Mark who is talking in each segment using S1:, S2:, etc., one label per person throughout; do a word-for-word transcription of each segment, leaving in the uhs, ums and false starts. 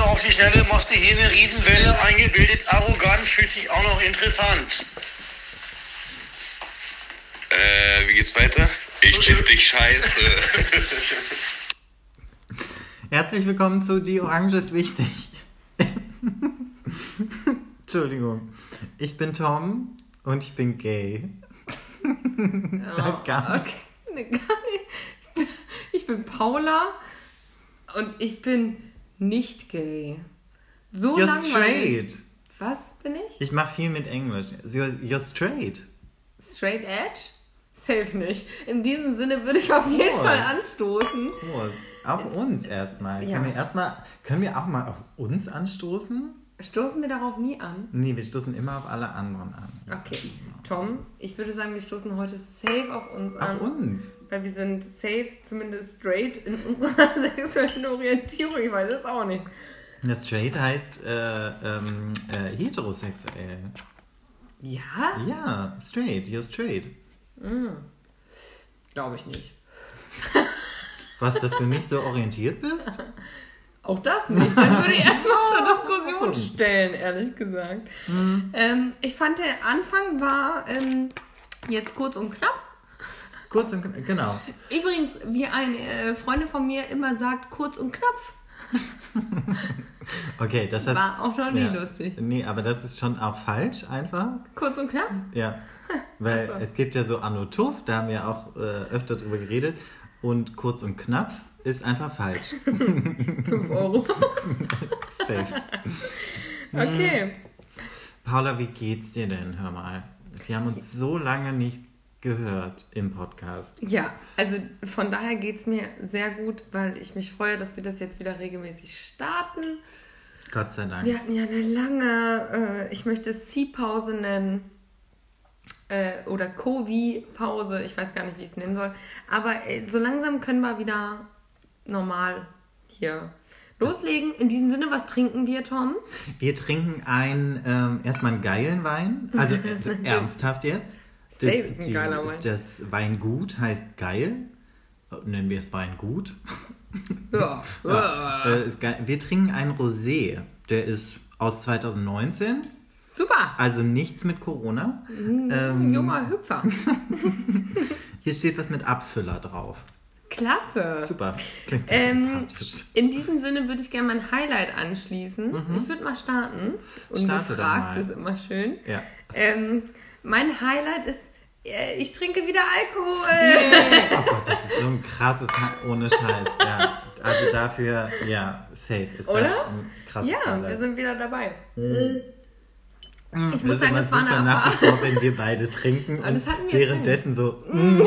S1: auf die Schnelle machst du hier eine Riesenwelle, eingebildet, arrogant, fühlt sich auch noch interessant.
S2: Äh, wie geht's weiter? Ich find dich scheiße.
S3: Herzlich willkommen zu Die Orange ist wichtig. Entschuldigung. Ich bin Tom und ich bin gay.
S4: Oh,
S3: Gar nicht.
S4: okay. Nee, gar nicht. Ich bin, ich bin Paula und ich bin nicht gay. So
S3: You're
S4: langweilig.
S3: straight.
S4: Was bin ich?
S3: Ich mache viel mit Englisch. You're, you're straight.
S4: Straight Edge? Safe nicht. In diesem Sinne würde ich auf jeden
S3: Prost.
S4: Fall anstoßen.
S3: Prost. Auf uns erstmal.
S4: Ja.
S3: Können wir erstmal, können wir auch mal auf uns anstoßen?
S4: Stoßen wir darauf nie an?
S3: Nee, wir stoßen immer auf alle anderen an.
S4: Okay. Tom, ich würde sagen, wir stoßen heute safe auf uns an.
S3: Auf uns?
S4: Weil wir sind safe, zumindest straight, in unserer sexuellen Orientierung. Ich weiß es auch nicht.
S3: Das straight heißt äh, ähm, äh, heterosexuell.
S4: Ja?
S3: Ja, straight. You're straight.
S4: Glaube ich nicht.
S3: Was, dass du nicht so orientiert bist?
S4: Auch das nicht. Das würde ich erstmal zur Diskussion stellen, ehrlich gesagt.
S3: Mhm.
S4: Ähm, ich fand, der Anfang war ähm, jetzt kurz und knapp.
S3: Kurz und knapp, genau.
S4: Übrigens, wie eine äh, Freundin von mir immer sagt, kurz und knapp.
S3: Okay, das heißt,
S4: War auch noch nie lustig.
S3: Nee, aber das ist schon auch falsch einfach.
S4: Kurz und knapp?
S3: Ja, weil
S4: Ach so.
S3: es gibt ja so Anno Tuff, da haben wir auch äh, öfter drüber geredet. Und kurz und knapp ist einfach falsch.
S4: fünf Euro.
S3: Safe.
S4: Okay.
S3: Paula, wie geht's dir denn? Hör mal. Wir haben uns so lange nicht gehört im Podcast.
S4: Ja, also von daher geht es mir sehr gut, weil ich mich freue, dass wir das jetzt wieder regelmäßig starten.
S3: Gott sei Dank.
S4: Wir hatten ja eine lange, äh, ich möchte es C-Pause nennen, äh, oder Covid-Pause, ich weiß gar nicht, wie ich es nennen soll. Aber äh, so langsam können wir wieder normal hier loslegen. In diesem Sinne, was trinken wir, Tom?
S3: Wir trinken ein, ähm, erstmal einen geilen Wein. Also äh, ernsthaft jetzt.
S4: Safe ist ein
S3: Die-
S4: geiler Wein.
S3: Das Weingut heißt geil. Nennen wir es Weingut.
S4: Ja.
S3: Ja, äh, ist geil. Wir trinken einen Rosé. Der ist aus zwanzig neunzehn.
S4: Super.
S3: Also nichts mit Corona.
S4: Ein
S3: Ähm,
S4: junger Hüpfer.
S3: Hier steht was mit Abfüller drauf.
S4: Klasse.
S3: Super. Klingt sehr
S4: Ähm,
S3: sympathisch.
S4: in diesem Sinne würde ich gerne mein Highlight anschließen. Ich würde mal starten.
S3: Starte doch
S4: Ungefragt
S3: mal.
S4: ist immer schön.
S3: Ja.
S4: Ähm, mein Highlight ist, äh, ich trinke wieder Alkohol.
S3: Oh Gott, das ist so ein krasses, ohne Scheiß. Ja. Also dafür, ja, safe. Ist das
S4: Oder?
S3: ein krasses
S4: Ja, wir
S3: Highlight.
S4: sind wieder dabei.
S3: Mm,
S4: Ich muss
S3: das
S4: sagen,
S3: ist
S4: es war
S3: immer
S4: eine
S3: super nach wie
S4: Erfahrung.
S3: vor, wenn wir beide trinken
S4: Aber
S3: und
S4: das hatten wir jetzt
S3: währenddessen so,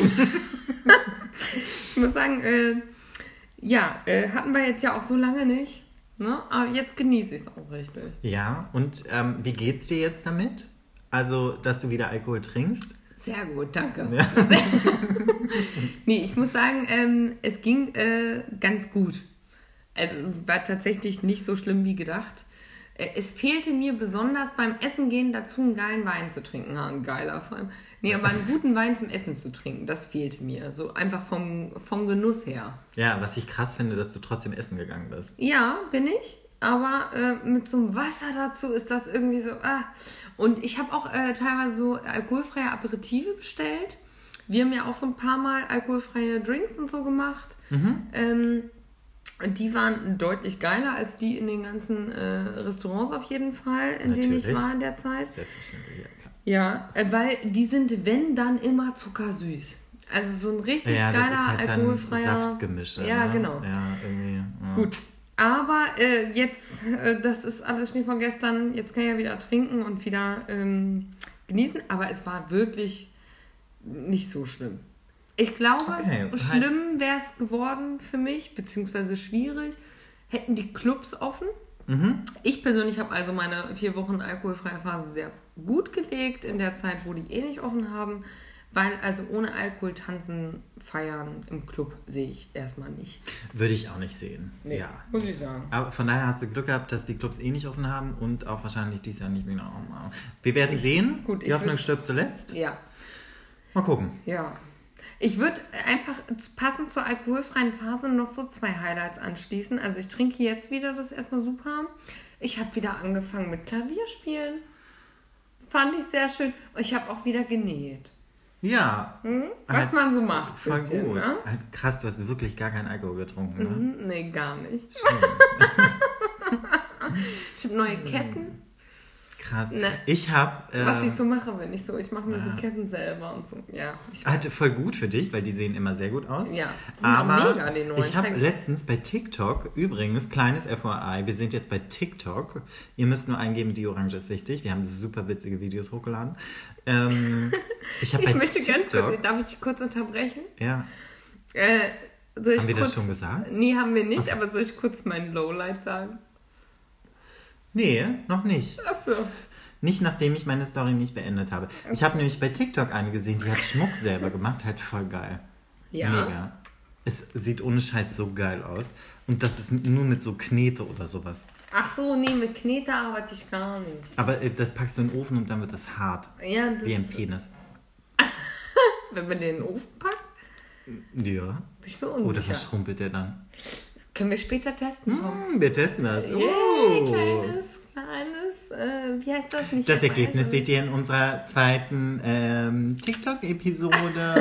S4: Ich muss sagen, äh, ja, äh, hatten wir jetzt ja auch so lange nicht. Ne? Aber jetzt genieße ich es auch richtig.
S3: ja, und ähm, wie geht's dir jetzt damit? Also, dass du wieder Alkohol trinkst?
S4: Sehr gut, danke.
S3: Ja.
S4: Nee, ich muss sagen, ähm, es ging äh, ganz gut. Also es war tatsächlich nicht so schlimm wie gedacht. Äh, es fehlte mir besonders beim Essen gehen dazu, einen geilen Wein zu trinken. Ja, ein geiler vor allem. Nee, aber einen guten Wein zum Essen zu trinken, das fehlte mir. So einfach vom, vom Genuss her.
S3: Ja, was ich krass finde, dass du trotzdem essen gegangen bist.
S4: Ja, bin ich. Aber äh, mit so einem Wasser dazu ist das irgendwie so... Ah. Und ich habe auch äh, teilweise so alkoholfreie Aperitive bestellt. Wir haben ja auch so ein paar Mal alkoholfreie Drinks und so gemacht. Ähm, die waren deutlich geiler als die in den ganzen äh, Restaurants auf jeden Fall, in denen ich
S3: Natürlich.
S4: war in der Zeit.
S3: Selbstverständlich, ja, klar.
S4: Ja, äh, weil die sind, wenn, dann immer zuckersüß. Also so ein richtig
S3: Ja, das
S4: geiler,
S3: ist halt dann
S4: alkoholfreier...
S3: Saftgemische.
S4: Ja,
S3: ne?
S4: genau.
S3: Ja, irgendwie. Ja.
S4: Gut. Aber äh, jetzt, äh, das ist alles Schnee von gestern, jetzt kann ich ja wieder trinken und wieder ähm, genießen. Aber es war wirklich nicht so schlimm. Ich glaube,
S3: Okay.
S4: schlimm wäre es geworden für mich, beziehungsweise schwierig, hätten die Clubs offen.
S3: Mhm.
S4: Ich persönlich habe also meine vier Wochen alkoholfreie Phase sehr gut gelegt, in der Zeit, wo die eh nicht offen haben. Weil also ohne Alkohol tanzen, feiern im Club sehe ich erstmal nicht.
S3: Würde ich auch nicht sehen.
S4: Nee,
S3: Ja.
S4: muss ich sagen.
S3: Aber von daher hast du Glück gehabt, dass die Clubs eh nicht offen haben und auch wahrscheinlich dieses Jahr nicht mehr offen haben. Wir werden sehen.
S4: gut, ich
S3: die Hoffnung
S4: würd-
S3: stirbt zuletzt.
S4: Ja,
S3: Mal gucken.
S4: ja. Ich würde einfach passend zur alkoholfreien Phase noch so zwei Highlights anschließen. Also ich trinke jetzt wieder, das ist erstmal super. Ich habe wieder angefangen mit Klavierspielen. Fand ich sehr schön. Und ich habe auch wieder genäht.
S3: Ja.
S4: Hm? Was
S3: halt,
S4: man so macht.
S3: Voll
S4: bisschen,
S3: gut.
S4: Ne?
S3: Halt krass, du hast wirklich gar keinen Alkohol getrunken, ne?
S4: Mhm, nee, gar nicht. Ich habe neue Ketten.
S3: Krass.
S4: Ne.
S3: Ich habe... Äh,
S4: Was ich so mache, wenn ich so, ich mache mir
S3: ja.
S4: so Ketten selber und so. Ja, ich
S3: Hatte voll gut für dich, weil die sehen immer sehr gut aus.
S4: Ja, sind
S3: aber
S4: auch mega, die neuen.
S3: ich habe
S4: Zeig-
S3: letztens bei TikTok, übrigens, kleines F Y I, wir sind jetzt bei TikTok. Ihr müsst nur eingeben, die Orange ist wichtig. Wir haben super witzige Videos hochgeladen. Ähm, ich habe
S4: Ich
S3: bei
S4: möchte ganz
S3: TikTok,
S4: kurz, darf ich dich kurz unterbrechen?
S3: Ja.
S4: Äh, soll ich
S3: Haben wir
S4: kurz,
S3: das schon gesagt?
S4: Nee, haben wir nicht,
S3: Okay.
S4: aber soll ich kurz meinen Lowlight sagen?
S3: Nee, noch nicht.
S4: Achso.
S3: Nicht nachdem ich meine Story nicht beendet habe. Ich habe nämlich bei TikTok eine gesehen, die hat Schmuck selber gemacht, halt voll geil.
S4: Ja.
S3: Mega. Es sieht ohne Scheiß so geil aus. Und das ist nur mit so Knete oder sowas.
S4: Ach so, nee, mit Knete arbeite ich gar nicht.
S3: Aber äh, das packst du in den Ofen und dann wird das hart.
S4: Ja, das
S3: Wie ein Penis.
S4: wenn man den in den Ofen packt,
S3: Ja.
S4: bin ich mir
S3: Oder
S4: unsicher.
S3: verschrumpelt der dann?
S4: Können wir später testen? Tom?
S3: Hm, wir testen das.
S4: Yay,
S3: Oh.
S4: kleines, kleines, äh, wie heißt das nicht?
S3: Das Ergebnis seht ihr in unserer zweiten ähm, TikTok-Episode.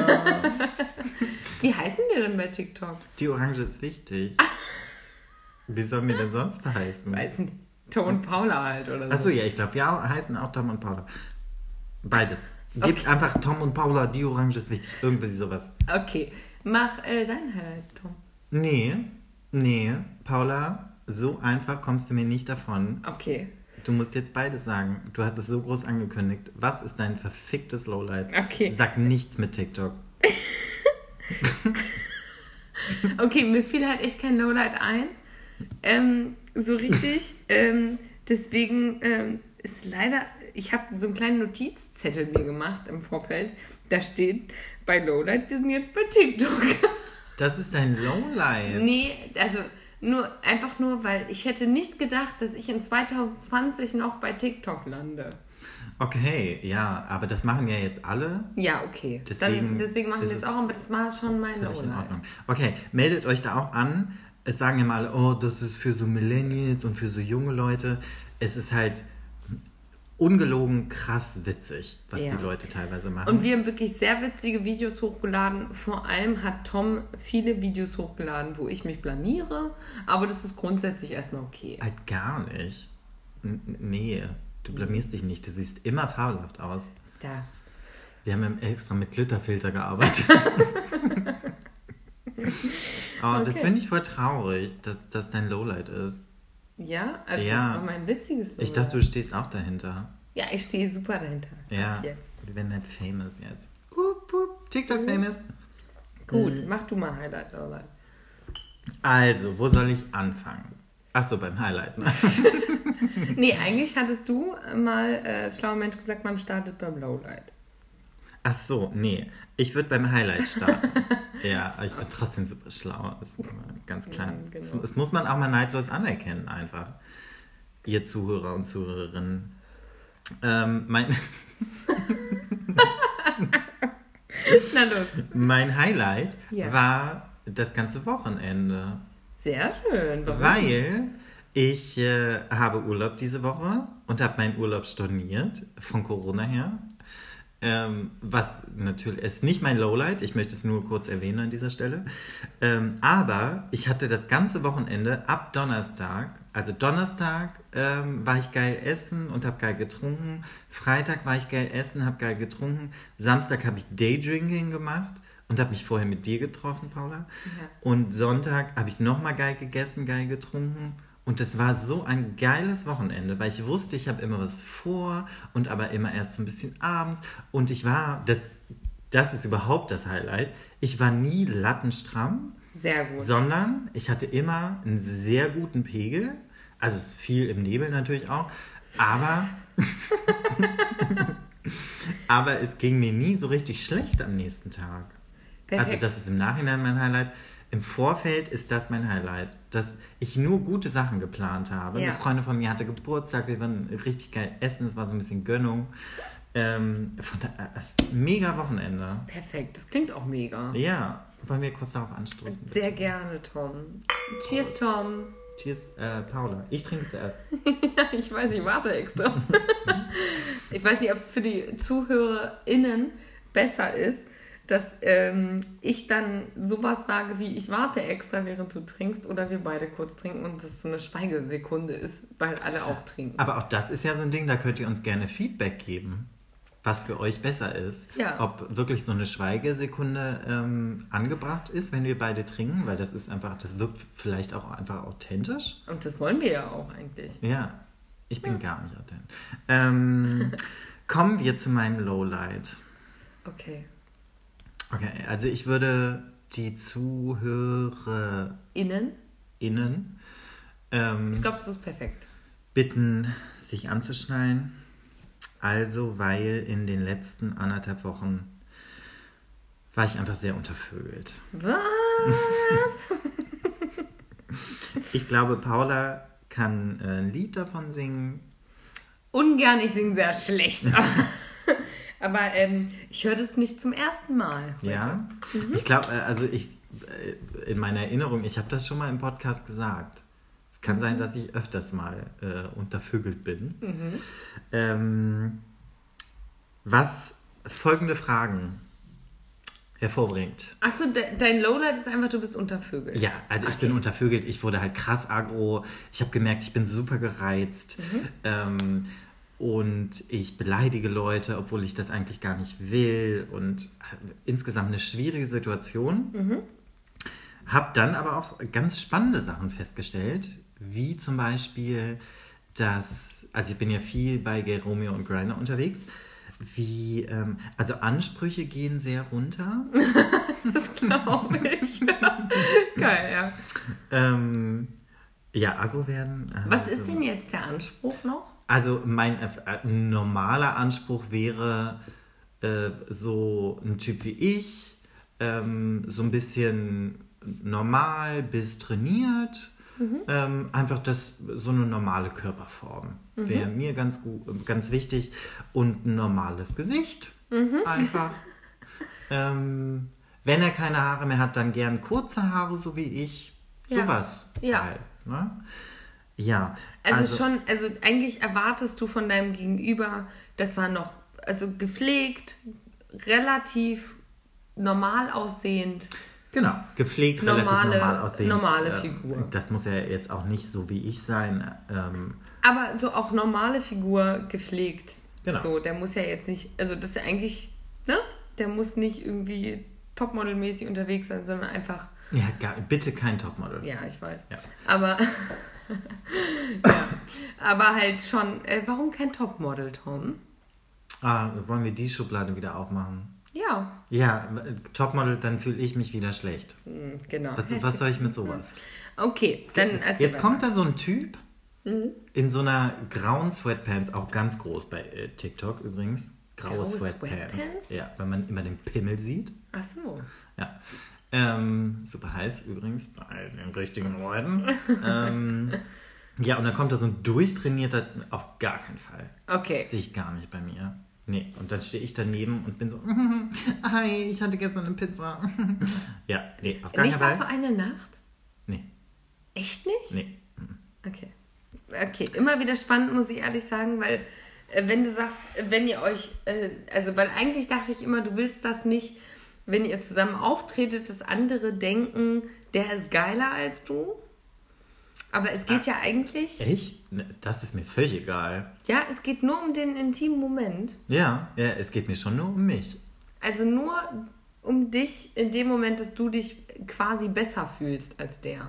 S4: Wie heißen wir denn bei TikTok?
S3: Die Orange ist wichtig. Wie sollen wir denn sonst heißen?
S4: Weiß nicht. Tom und Paula halt oder so.
S3: Achso, ja, ich glaube, wir heißen auch Tom und Paula. Beides. Gebt
S4: Okay.
S3: einfach Tom und Paula, die Orange ist wichtig. Irgendwie sowas.
S4: Okay, mach äh, dein Highlight, Tom.
S3: Nee, nee, Paula, so einfach kommst du mir nicht davon.
S4: Okay,
S3: Du musst jetzt beides sagen. Du hast es so groß angekündigt. Was ist dein verficktes Lowlight?
S4: Okay.
S3: Sag nichts mit TikTok.
S4: okay, mir fiel halt echt kein Lowlight ein. Ähm, so richtig. ähm, deswegen ähm, ist leider, ich habe so einen kleinen Notizzettel mir gemacht im Vorfeld. Da steht bei Lowlight, wir sind jetzt bei TikTok.
S3: Das ist dein Lowlight.
S4: Nee, also nur einfach nur, weil ich hätte nicht gedacht, dass ich in zwanzig zwanzig noch bei TikTok lande.
S3: Okay, ja, aber das machen ja jetzt alle.
S4: Ja, okay.
S3: Deswegen
S4: Dann, deswegen machen
S3: ist
S4: wir es
S3: es
S4: auch, aber das war schon mein
S3: Völlig in
S4: Lowlight.
S3: Ordnung. Okay, meldet euch da auch an. Es sagen ja mal, oh, das ist für so Millennials und für so junge Leute. Es ist halt ungelogen krass witzig, was
S4: Ja.
S3: die Leute teilweise machen.
S4: Und wir haben wirklich sehr witzige Videos hochgeladen. Vor allem hat Tom viele Videos hochgeladen, wo ich mich blamiere. Aber das ist grundsätzlich erstmal okay.
S3: Halt gar nicht. N nee, du blamierst dich nicht. Du siehst immer fabelhaft aus.
S4: Da.
S3: Wir haben extra mit Glitterfilter gearbeitet. Oh, das
S4: Okay.
S3: finde ich voll traurig, dass das dein Lowlight ist.
S4: Ja, also
S3: Ja.
S4: das war mein witziges Lowlight.
S3: Ich dachte, du stehst auch dahinter.
S4: Ja, ich stehe super dahinter.
S3: Ja,
S4: Ab jetzt.
S3: wir werden halt famous jetzt. Wupp, wupp, TikTok famous.
S4: Gut,
S3: Mhm.
S4: mach du mal Highlight, Lowlight.
S3: Also, wo soll ich anfangen? Achso, beim Highlight. Ne?
S4: Nee, eigentlich hattest du mal äh, als schlauer Mensch gesagt, man startet beim Lowlight.
S3: Ach so, nee. Ich würde beim Highlight starten. Ja, aber ich bin trotzdem super schlau. Das ist mal ganz klar.
S4: Ja, genau.
S3: das, das muss man auch mal neidlos anerkennen, einfach. Ihr Zuhörer und Zuhörerinnen. Ähm, mein,
S4: Na los.
S3: mein Highlight
S4: Ja.
S3: war das ganze Wochenende.
S4: Sehr schön. Warum?
S3: Weil ich äh, habe Urlaub diese Woche und habe meinen Urlaub storniert, von Corona her. Ähm, was natürlich ist nicht mein Lowlight, ich möchte es nur kurz erwähnen an dieser Stelle. Ähm, aber ich hatte das ganze Wochenende ab Donnerstag, also Donnerstag ähm, war ich geil essen und habe geil getrunken. Freitag war ich geil essen, habe geil getrunken. Samstag habe ich Daydrinking gemacht und habe mich vorher mit dir getroffen, Paula.
S4: Ja.
S3: Und Sonntag habe ich nochmal geil gegessen, geil getrunken. Und das war so ein geiles Wochenende, weil ich wusste, ich habe immer was vor und aber immer erst so ein bisschen abends. Und ich war, das, das ist überhaupt das Highlight, ich war nie lattenstramm,
S4: Sehr gut.
S3: sondern ich hatte immer einen sehr guten Pegel. Also es ist viel im Nebel natürlich auch, aber, aber es ging mir nie so richtig schlecht am nächsten Tag.
S4: Perfekt.
S3: Also das ist im Nachhinein mein Highlight. Im Vorfeld ist das mein Highlight, dass ich nur gute Sachen geplant habe.
S4: Ja.
S3: Eine Freundin von mir hatte Geburtstag, wir waren richtig geil essen, es war so ein bisschen Gönnung. Ähm, von da, äh, mega Wochenende.
S4: Perfekt, das klingt auch mega.
S3: Ja, wollen wir kurz darauf anstoßen?
S4: Sehr gerne, Tom. Cheers, Tom.
S3: Cheers, äh, Paula. Ich trinke zuerst.
S4: Ich weiß, ich warte extra. Ich weiß nicht, ob es für die ZuhörerInnen besser ist, dass ähm, ich dann sowas sage wie, ich warte extra, während du trinkst, oder wir beide kurz trinken und das so eine Schweigesekunde ist, weil alle auch trinken.
S3: Aber auch das ist ja so ein Ding, da könnt ihr uns gerne Feedback geben, was für euch besser ist.
S4: Ja.
S3: Ob wirklich so eine Schweigesekunde ähm, angebracht ist, wenn wir beide trinken, weil das ist einfach, das wirkt vielleicht auch einfach authentisch.
S4: Und das wollen wir ja auch eigentlich.
S3: Ja, ich bin ja. gar nicht authentisch. Ähm, kommen wir zu meinem Lowlight.
S4: Okay.
S3: Okay, also ich würde die ZuhörerInnen
S4: Innen?
S3: ähm,
S4: Ich glaube, so ist perfekt.
S3: bitten, sich anzuschnallen. Also, weil in den letzten anderthalb Wochen war ich einfach sehr untervögelt.
S4: Was?
S3: Ich glaube, Paula kann äh, ein Lied davon singen.
S4: Ungern, ich singe sehr schlecht. Aber ähm, ich höre das nicht zum ersten Mal heute.
S3: Ja, mhm. Ich glaube, äh, also ich, äh, in meiner Erinnerung, ich habe das schon mal im Podcast gesagt. Es kann sein, dass ich öfters mal äh, untervögelt bin.
S4: Mhm.
S3: Ähm, was folgende Fragen hervorbringt.
S4: Achso, de- dein Lowlight ist einfach, du bist untervögelt.
S3: Ja, also ich
S4: Okay.
S3: bin untervögelt. Ich wurde halt krass aggro. Ich habe gemerkt, ich bin super gereizt.
S4: Mhm.
S3: Ähm, Und ich beleidige Leute, obwohl ich das eigentlich gar nicht will. Und insgesamt eine schwierige Situation.
S4: Mhm.
S3: Habe dann aber auch ganz spannende Sachen festgestellt. Wie zum Beispiel, dass, also ich bin ja viel bei Gay Romeo und Grindr unterwegs. Wie, ähm, also Ansprüche gehen sehr runter.
S4: Das glaube ich. Geil, ja.
S3: Ähm, ja, aggro werden.
S4: Was
S3: also-
S4: ist denn jetzt der Anspruch noch?
S3: Also mein äh, normaler Anspruch wäre äh, so ein Typ wie ich, ähm, so ein bisschen normal bis trainiert, mhm. ähm, einfach das, so eine normale Körperform mhm. wäre mir ganz gut, ganz wichtig, und ein normales Gesicht mhm. einfach. ähm, wenn er keine Haare mehr hat, dann gern kurze Haare, so wie ich,
S4: Ja.
S3: sowas
S4: Ja.
S3: halt. Ne? Ja.
S4: Also,
S3: Also-
S4: schon, also eigentlich erwartest du von deinem Gegenüber, dass er noch, also gepflegt, relativ normal aussehend.
S3: Genau, gepflegt,
S4: Normale-
S3: relativ normal aussehend.
S4: normale
S3: Äh,
S4: Figur.
S3: Das muss ja jetzt auch nicht so wie ich sein. Ähm,
S4: Aber so auch normale Figur gepflegt.
S3: Genau.
S4: So, der muss ja jetzt nicht, also das ist ja eigentlich, ne? Der muss nicht irgendwie topmodelmäßig unterwegs sein, sondern einfach,
S3: ja, gar, bitte kein Topmodel.
S4: ja, ich weiß.
S3: Ja.
S4: Aber, ja, aber halt schon, äh, warum kein Topmodel, Tom?
S3: Ah, wollen wir die Schublade wieder aufmachen?
S4: Ja,
S3: Ja, äh, Topmodel, dann fühle ich mich wieder schlecht.
S4: hm, genau.
S3: Was, was soll ich mit sowas?
S4: Okay, dann erzähl
S3: Jetzt
S4: weiter.
S3: kommt da so ein Typ
S4: Mhm.
S3: in so einer grauen Sweatpants, auch ganz groß bei äh, TikTok übrigens. Graue,
S4: Graue
S3: Sweatpants.
S4: Sweatpants?
S3: Ja, wenn man immer den Pimmel sieht.
S4: Ach so.
S3: Ja. Ähm, super heiß übrigens, bei den richtigen Leuten. ähm, ja, und dann kommt da so ein durchtrainierter, auf gar keinen Fall.
S4: Okay.
S3: Das sehe ich gar nicht bei mir. Nee, und dann stehe ich daneben und bin so, hi, ich hatte gestern eine Pizza. Ja, nee, auf gar
S4: Nicht mal
S3: keinen
S4: für
S3: Fall.
S4: eine Nacht?
S3: Nee,
S4: Echt nicht?
S3: nee.
S4: Okay. Okay, immer wieder spannend, muss ich ehrlich sagen, weil äh, wenn du sagst, äh, wenn ihr euch, äh, also weil eigentlich dachte ich immer, du willst das nicht, wenn ihr zusammen auftretet, dass andere denken, der ist geiler als du. Aber es geht ja eigentlich,
S3: Echt? Ne, das ist mir völlig egal.
S4: ja, es geht nur um den intimen Moment.
S3: Ja, ja, es geht mir schon nur um mich.
S4: Also nur um dich in dem Moment, dass du dich quasi besser fühlst als der.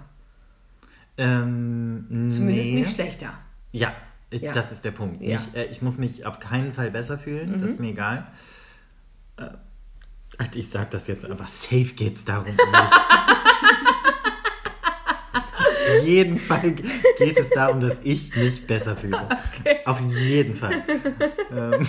S3: Ähm,
S4: Zumindest
S3: nee.
S4: nicht schlechter.
S3: Ja, ich,
S4: Ja.
S3: das ist der Punkt.
S4: Ja.
S3: Nicht, äh, ich muss mich auf keinen Fall besser fühlen,
S4: Mhm.
S3: das ist mir egal. Äh, ach, ich sag das jetzt, aber safe geht's darum. um mich. Auf jeden Fall geht es darum, dass ich mich besser fühle.
S4: Okay.
S3: Auf jeden Fall. ähm,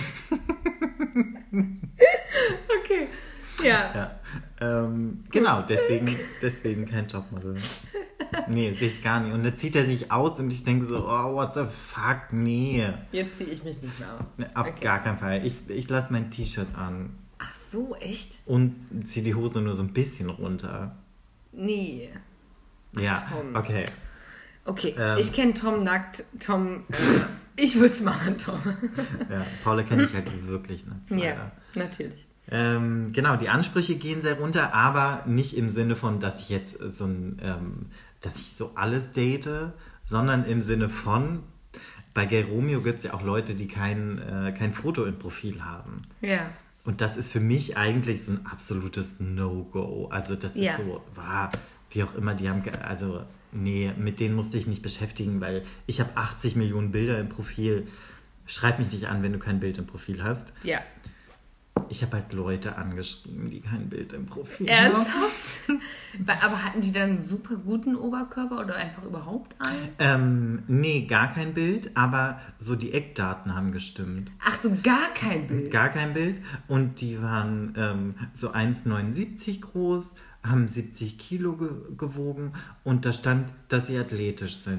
S4: Okay. Ja.
S3: ja. ähm, genau, deswegen, deswegen kein Topmodel. Nee, sehe ich gar nicht. Und dann zieht er sich aus und ich denke so, oh, what the fuck, nee.
S4: Jetzt ziehe ich mich nicht mehr aus.
S3: Auf
S4: Okay.
S3: gar keinen Fall. Ich, ich lasse mein T-Shirt an
S4: Ach so, echt?
S3: und ziehe die Hose nur so ein bisschen runter.
S4: Nee.
S3: Ja,
S4: Tom.
S3: okay.
S4: Okay,
S3: Ähm.
S4: ich kenne Tom nackt. Tom, äh, ich würde es machen, Tom.
S3: Ja, Paula kenne ich halt wirklich, ne?
S4: Ja,
S3: Leider.
S4: natürlich.
S3: Ähm, genau, die Ansprüche gehen sehr runter, aber nicht im Sinne von, dass ich jetzt so ein, ähm, dass ich so alles date, sondern im Sinne von, bei Gay Romeo gibt es ja auch Leute, die kein, äh, kein Foto im Profil haben.
S4: Ja.
S3: Und das ist für mich eigentlich so ein absolutes No-Go. Also das
S4: Ja.
S3: ist so, wow, wie auch immer, die haben, ge- also nee, mit denen musste ich nicht beschäftigen, weil ich habe achtzig Millionen Bilder im Profil. Schreib mich nicht an, wenn du kein Bild im Profil hast.
S4: Ja.
S3: Ich habe halt Leute angeschrieben, die kein Bild im Profil haben.
S4: Ernsthaft? Aber hatten die dann einen super guten Oberkörper oder einfach überhaupt einen?
S3: Ähm, nee, gar kein Bild, aber so die Eckdaten haben gestimmt.
S4: Ach so, gar kein Bild.
S3: Gar kein Bild. Und die waren ähm, so eins Komma neunundsiebzig groß, haben siebzig Kilo ge gewogen und da stand, dass sie athletisch sind.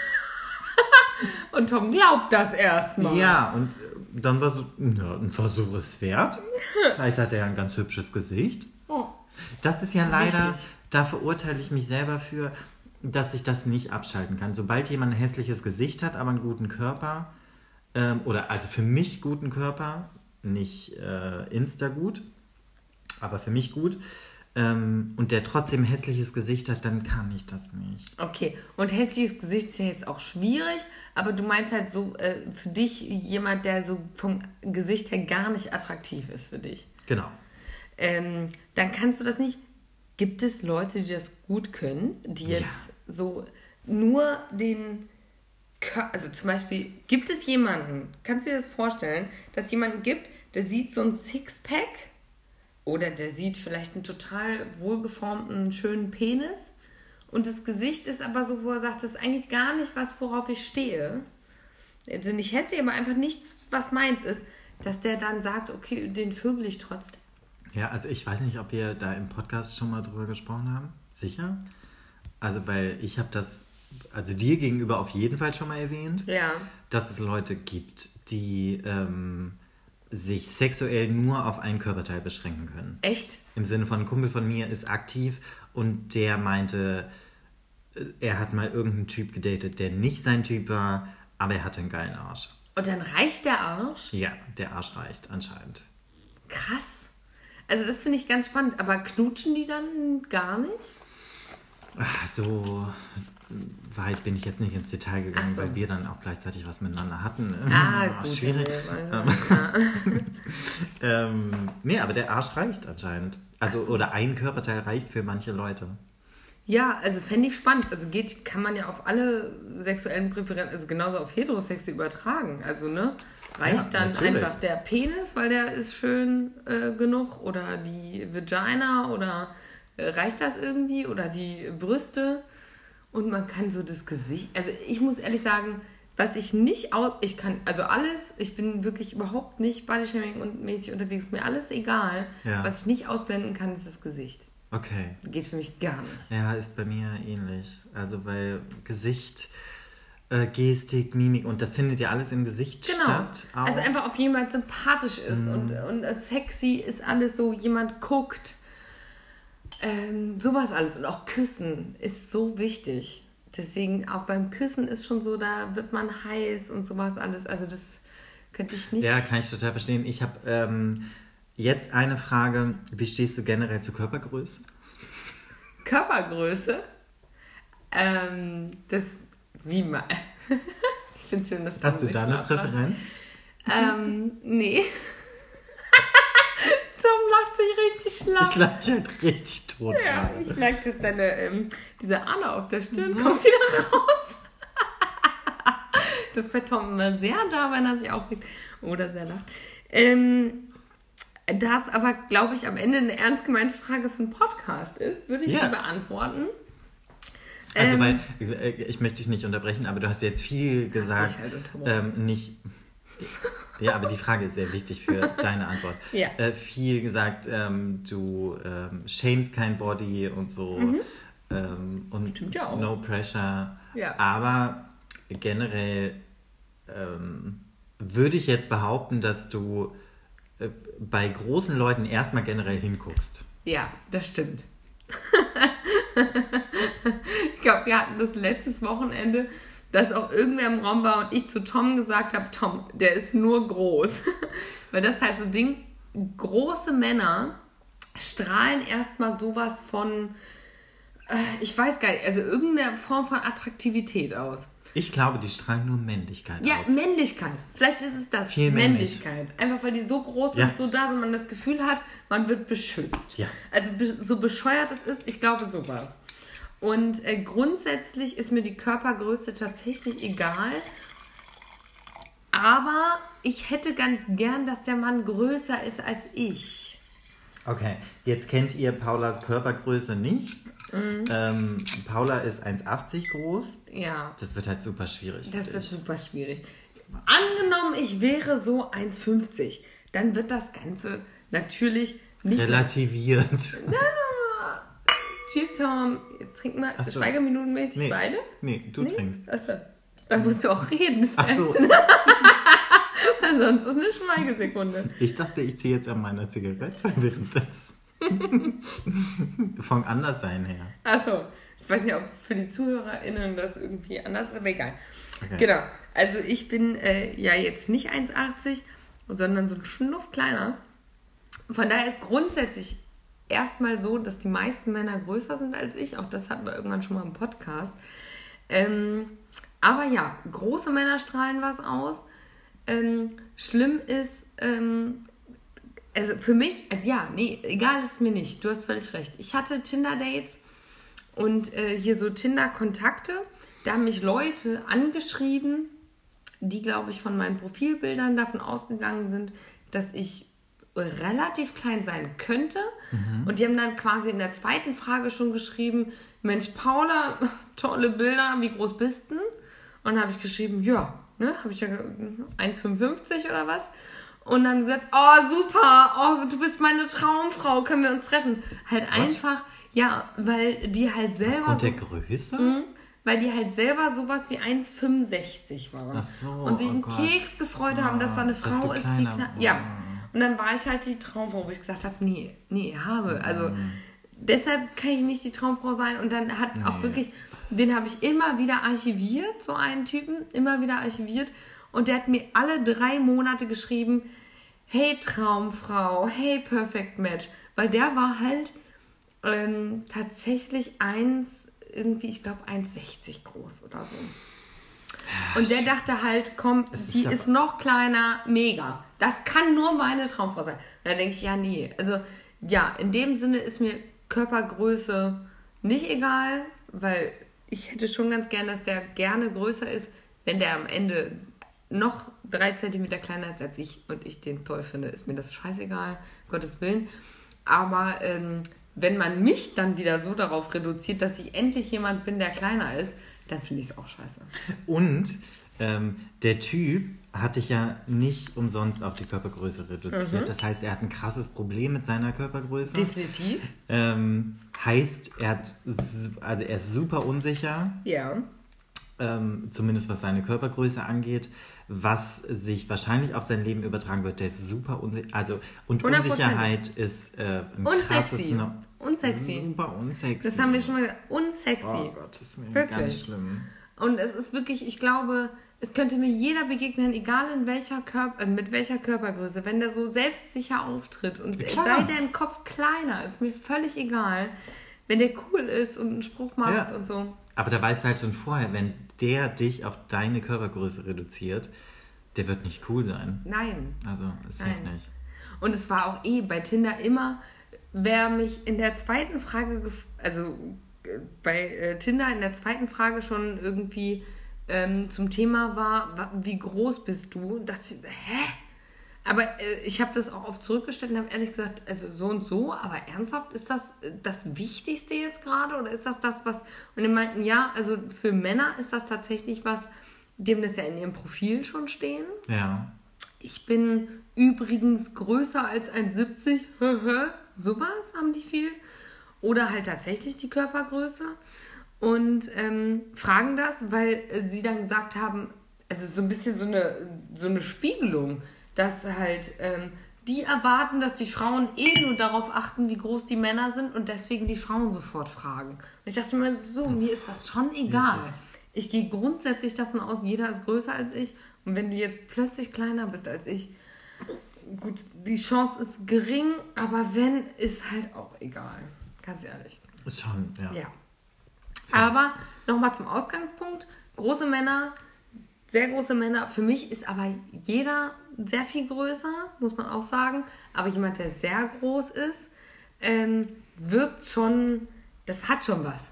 S4: Und Tom glaubt das erstmal.
S3: Ja, und äh, dann war so, ja, ein Versuch ist wert. Vielleicht hat er ja ein ganz hübsches Gesicht.
S4: Oh.
S3: Das ist ja leider,
S4: Richtig.
S3: da verurteile ich mich selber für, dass ich das nicht abschalten kann. Sobald jemand ein hässliches Gesicht hat, aber einen guten Körper, ähm, oder also für mich guten Körper, nicht äh, Insta gut, aber für mich gut, ähm, und der trotzdem ein hässliches Gesicht hat, dann kann ich das nicht.
S4: Okay, und hässliches Gesicht ist ja jetzt auch schwierig, aber du meinst halt so, äh, für dich jemand, der so vom Gesicht her gar nicht attraktiv ist für dich.
S3: Genau.
S4: Ähm, dann kannst du das nicht. Gibt es Leute, die das gut können, die jetzt
S3: Ja.
S4: so nur den Kör- also zum Beispiel, gibt es jemanden, kannst du dir das vorstellen, dass es jemanden gibt, der sieht so ein Sixpack oder der sieht vielleicht einen total wohlgeformten, schönen Penis und das Gesicht ist aber so, wo er sagt, das ist eigentlich gar nicht was, worauf ich stehe. Also nicht hässlich, aber einfach nichts, was meins ist, dass der dann sagt, okay, den vögel ich trotzdem.
S3: Ja, also ich weiß nicht, ob wir da im Podcast schon mal drüber gesprochen haben. Sicher? Also, weil ich habe das, also dir gegenüber auf jeden Fall schon mal erwähnt,
S4: Ja.
S3: dass es Leute gibt, die ähm, sich sexuell nur auf einen Körperteil beschränken können.
S4: Echt?
S3: Im Sinne von, ein Kumpel von mir ist aktiv und der meinte, äh, er hat mal irgendeinen Typ gedatet, der nicht sein Typ war, aber er hatte einen geilen Arsch.
S4: Und dann reicht der Arsch?
S3: Ja, der Arsch reicht anscheinend.
S4: Krass. Also das finde ich ganz spannend. Aber knutschen die dann gar nicht?
S3: Ach, so weit bin ich jetzt nicht ins Detail gegangen,
S4: Ach so.
S3: weil wir dann auch gleichzeitig was miteinander hatten.
S4: Ah,
S3: Oh,
S4: gut.
S3: schwierig.
S4: Ja,
S3: Ähm,
S4: ja.
S3: ähm, nee, aber der Arsch reicht anscheinend. Also, oder ein Körperteil reicht für manche Leute.
S4: Ja, also fände ich spannend. Also geht, kann man ja auf alle sexuellen Präferenzen, also genauso auf Heterosexe übertragen. Also, ne? Reicht
S3: Ja,
S4: dann
S3: natürlich.
S4: einfach der Penis, weil der ist schön äh, genug? Oder die Vagina? Oder äh, reicht das irgendwie? Oder die Brüste? Und man kann so das Gesicht... Also ich muss ehrlich sagen, was ich nicht aus... Ich kann, also alles, ich bin wirklich überhaupt nicht Bodyshaming und mäßig unterwegs. Mir alles egal.
S3: Ja.
S4: Was ich nicht ausblenden kann, ist das Gesicht.
S3: Okay.
S4: Geht für mich gar nicht.
S3: Ja, ist bei mir ähnlich. Also, weil Gesicht, äh, Gestik, Mimik und das findet ja alles im Gesicht
S4: Genau.
S3: statt. Auch.
S4: Also einfach, ob jemand sympathisch ist und, und sexy ist alles so, jemand guckt. Ähm, sowas alles. Und auch Küssen ist so wichtig. Deswegen auch beim Küssen ist schon so, da wird man heiß und sowas alles. Also das könnte ich nicht.
S3: Ja, kann ich total verstehen. Ich habe ähm, jetzt eine Frage. Wie stehst du generell zur Körpergröße?
S4: Körpergröße. Ähm, das, wie mal. Ich finde es schön, dass
S3: Hast du
S4: mich
S3: da eine
S4: nachfragst.
S3: Präferenz?
S4: Ähm, nee. Tom lacht sich richtig schlapp.
S3: Ich lache dich halt richtig tot.
S4: Ja,
S3: gerade.
S4: ich merke, dass deine, ähm, diese Ader auf der Stirn kommt wieder raus. Das ist bei Tom immer sehr da, wenn er sich aufregt oder sehr lacht. Ähm, da es aber, glaube ich, am Ende eine ernst gemeinte Frage für einen Podcast ist, würde ich
S3: Ja.
S4: sie beantworten.
S3: Also,
S4: Ähm,
S3: weil, äh, ich möchte dich nicht unterbrechen, aber du hast jetzt viel gesagt.
S4: mich halt unterbrochen.
S3: ähm, nicht. Ja, aber die Frage ist sehr wichtig für deine Antwort.
S4: Ja.
S3: Äh, viel gesagt, ähm, du ähm, shamest kein Body und so.
S4: Mhm.
S3: Ähm, und
S4: Stimmt ja auch.
S3: no pressure.
S4: Ja.
S3: Aber generell ähm, würde ich jetzt behaupten, dass du äh, bei großen Leuten erstmal generell hinguckst.
S4: Ja, das stimmt. Ich glaube, wir hatten das letztes Wochenende, dass auch irgendwer im Raum war und ich zu Tom gesagt habe, Tom, der ist nur groß. Weil das ist halt so ein Ding, große Männer strahlen erstmal sowas von, äh, ich weiß gar nicht, also irgendeine Form von Attraktivität aus.
S3: Ich glaube, die strahlen nur Männlichkeit
S4: Ja,
S3: aus.
S4: Männlichkeit. Vielleicht ist es das.
S3: Viel
S4: Männlichkeit. Einfach weil die so groß
S3: Ja.
S4: und so da sind, man das Gefühl hat, man wird beschützt.
S3: Ja.
S4: Also be- so bescheuert es ist, ich glaube sowas. Und äh, grundsätzlich ist mir die Körpergröße tatsächlich egal. Aber ich hätte ganz gern, dass der Mann größer ist als ich.
S3: Okay, jetzt kennt ihr Paulas Körpergröße nicht.
S4: Mhm.
S3: Ähm, Paula ist eins Komma achtzig groß.
S4: Ja,
S3: Das wird halt super schwierig.
S4: das
S3: für
S4: wird
S3: dich.
S4: super schwierig. Angenommen, ich wäre so eins Komma fünfzig, dann wird das Ganze natürlich nicht mehr.
S3: relativiert.
S4: Cheers, Tom. Jetzt trinken wir
S3: Ach so.
S4: schweigeminutenmäßig
S3: Nee.
S4: beide.
S3: Nee, du trinkst.
S4: Achso. Da musst du auch reden. Das
S3: Ach so.
S4: weißt du. Sonst ist eine Schweigesekunde.
S3: Ich dachte, ich ziehe jetzt an meiner Zigarette während das. Vom Anderssein her.
S4: Achso. Ich weiß nicht, ob für die ZuhörerInnen das irgendwie anders ist, aber egal.
S3: Okay.
S4: Genau. Also ich bin äh, ja jetzt nicht eins Komma achtzig, sondern so ein Schnuff kleiner. Von daher ist grundsätzlich erstmal so, dass die meisten Männer größer sind als ich. Auch das hatten wir irgendwann schon mal im Podcast. Ähm, aber ja, große Männer strahlen was aus. Ähm, schlimm ist, ähm, also für mich, äh, ja, nee, egal ist mir nicht. Du hast völlig recht. Ich hatte Tinder-Dates und äh, hier so Tinder-Kontakte. Da haben mich Leute angeschrieben, die, glaube ich, von meinen Profilbildern davon ausgegangen sind, dass ich relativ klein sein könnte. Mhm. Und die haben dann quasi in der zweiten Frage schon geschrieben, Mensch, Paula, tolle Bilder, wie groß bist du? Und dann habe ich geschrieben, ja, ne, habe ich ja eins Komma fünfundfünfzig oder was. Und dann gesagt, oh super, oh, du bist meine Traumfrau, können wir uns treffen? Halt
S3: What?
S4: einfach, ja, weil die halt selber
S3: Und der
S4: so,
S3: Größe?
S4: mh, weil die halt selber sowas wie eins Komma fünfundsechzig waren.
S3: Ach so,
S4: und sich
S3: oh
S4: einen
S3: Gott.
S4: Keks gefreut haben, dass da eine
S3: dass
S4: Frau
S3: du
S4: ist, die
S3: kleiner-
S4: kna- ja. Und dann war ich halt die Traumfrau, wo ich gesagt habe, nee, nee, Hase, also deshalb kann ich nicht die Traumfrau sein. Und dann hat auch
S3: Nee.
S4: wirklich, den habe ich immer wieder archiviert, so einen Typen, immer wieder archiviert. Und der hat mir alle drei Monate geschrieben, hey Traumfrau, hey Perfect Match. Weil der war halt ähm, tatsächlich eins, irgendwie, ich glaube eins Komma sechzig groß oder so. Und der dachte halt, komm,
S3: Es ist
S4: die
S3: aber-
S4: ist noch kleiner, mega. Das kann nur meine Traumfrau sein. Da denke ich, ja, nee. Also, ja, in dem Sinne ist mir Körpergröße nicht egal, weil ich hätte schon ganz gern, dass der gerne größer ist, wenn der am Ende noch drei Zentimeter kleiner ist als ich und ich den toll finde, ist mir das scheißegal, Gottes Willen. Aber ähm, wenn man mich dann wieder so darauf reduziert, dass ich endlich jemand bin, der kleiner ist, dann finde ich es auch scheiße.
S3: Und ähm, der Typ hat dich ja nicht umsonst auf die Körpergröße reduziert.
S4: Mhm.
S3: Das heißt, er hat ein krasses Problem mit seiner Körpergröße.
S4: Definitiv.
S3: Ähm, heißt, er hat, su- also er ist super unsicher,
S4: Ja.
S3: ähm, zumindest was seine Körpergröße angeht, was sich wahrscheinlich auf sein Leben übertragen wird. Der ist super unsicher, also und
S4: Hundertprozentig.
S3: Unsicherheit ist äh, ein krasses
S4: Unsexy.
S3: No-
S4: Unsexy.
S3: Super unsexy.
S4: Das haben wir schon mal gesagt. Unsexy.
S3: Oh Gott, das ist mir
S4: Wirklich.
S3: ganz schlimm.
S4: Und es ist wirklich, ich glaube, es könnte mir jeder begegnen, egal in welcher Körper, äh, mit welcher Körpergröße, wenn der so selbstsicher auftritt und
S3: Klar.
S4: sei der im Kopf kleiner, ist mir völlig egal. Wenn der cool ist und einen Spruch macht
S3: Ja.
S4: und so.
S3: Aber da weißt du halt schon vorher, wenn der dich auf deine Körpergröße reduziert, der wird nicht cool sein.
S4: Nein.
S3: Also, ist
S4: Nein.
S3: echt nicht.
S4: Und es war auch eh bei Tinder immer, wer mich in der zweiten Frage, gef- also äh, bei äh, Tinder in der zweiten Frage schon irgendwie ähm, zum Thema war, wa- wie groß bist du? Und dachte ich, hä? Aber äh, ich habe das auch oft zurückgestellt und habe ehrlich gesagt, also so und so, aber ernsthaft, ist das äh, das Wichtigste jetzt gerade oder ist das das, was... Und die meinten, ja, also für Männer ist das tatsächlich was, dem das ja in ihrem Profil schon stehen.
S3: Ja.
S4: Ich bin übrigens größer als eins Komma siebzig. Sowas haben die viel. oder halt tatsächlich die Körpergröße und ähm, fragen das, weil äh, sie dann gesagt haben, also so ein bisschen so eine, so eine Spiegelung, dass halt ähm, die erwarten, dass die Frauen eh nur darauf achten, wie groß die Männer sind und deswegen die Frauen sofort fragen. Und ich dachte mir so, mir ist das schon egal. Ich gehe grundsätzlich davon aus, jeder ist größer als ich und wenn du jetzt plötzlich kleiner bist als ich, gut, die Chance ist gering, aber wenn, ist halt auch egal. Ganz ehrlich.
S3: Schon, ja.
S4: Ja. Aber nochmal zum Ausgangspunkt. Große Männer, sehr große Männer. Für mich ist aber jeder sehr viel größer, muss man auch sagen. Aber jemand, der sehr groß ist, ähm, wirkt schon, das hat schon was.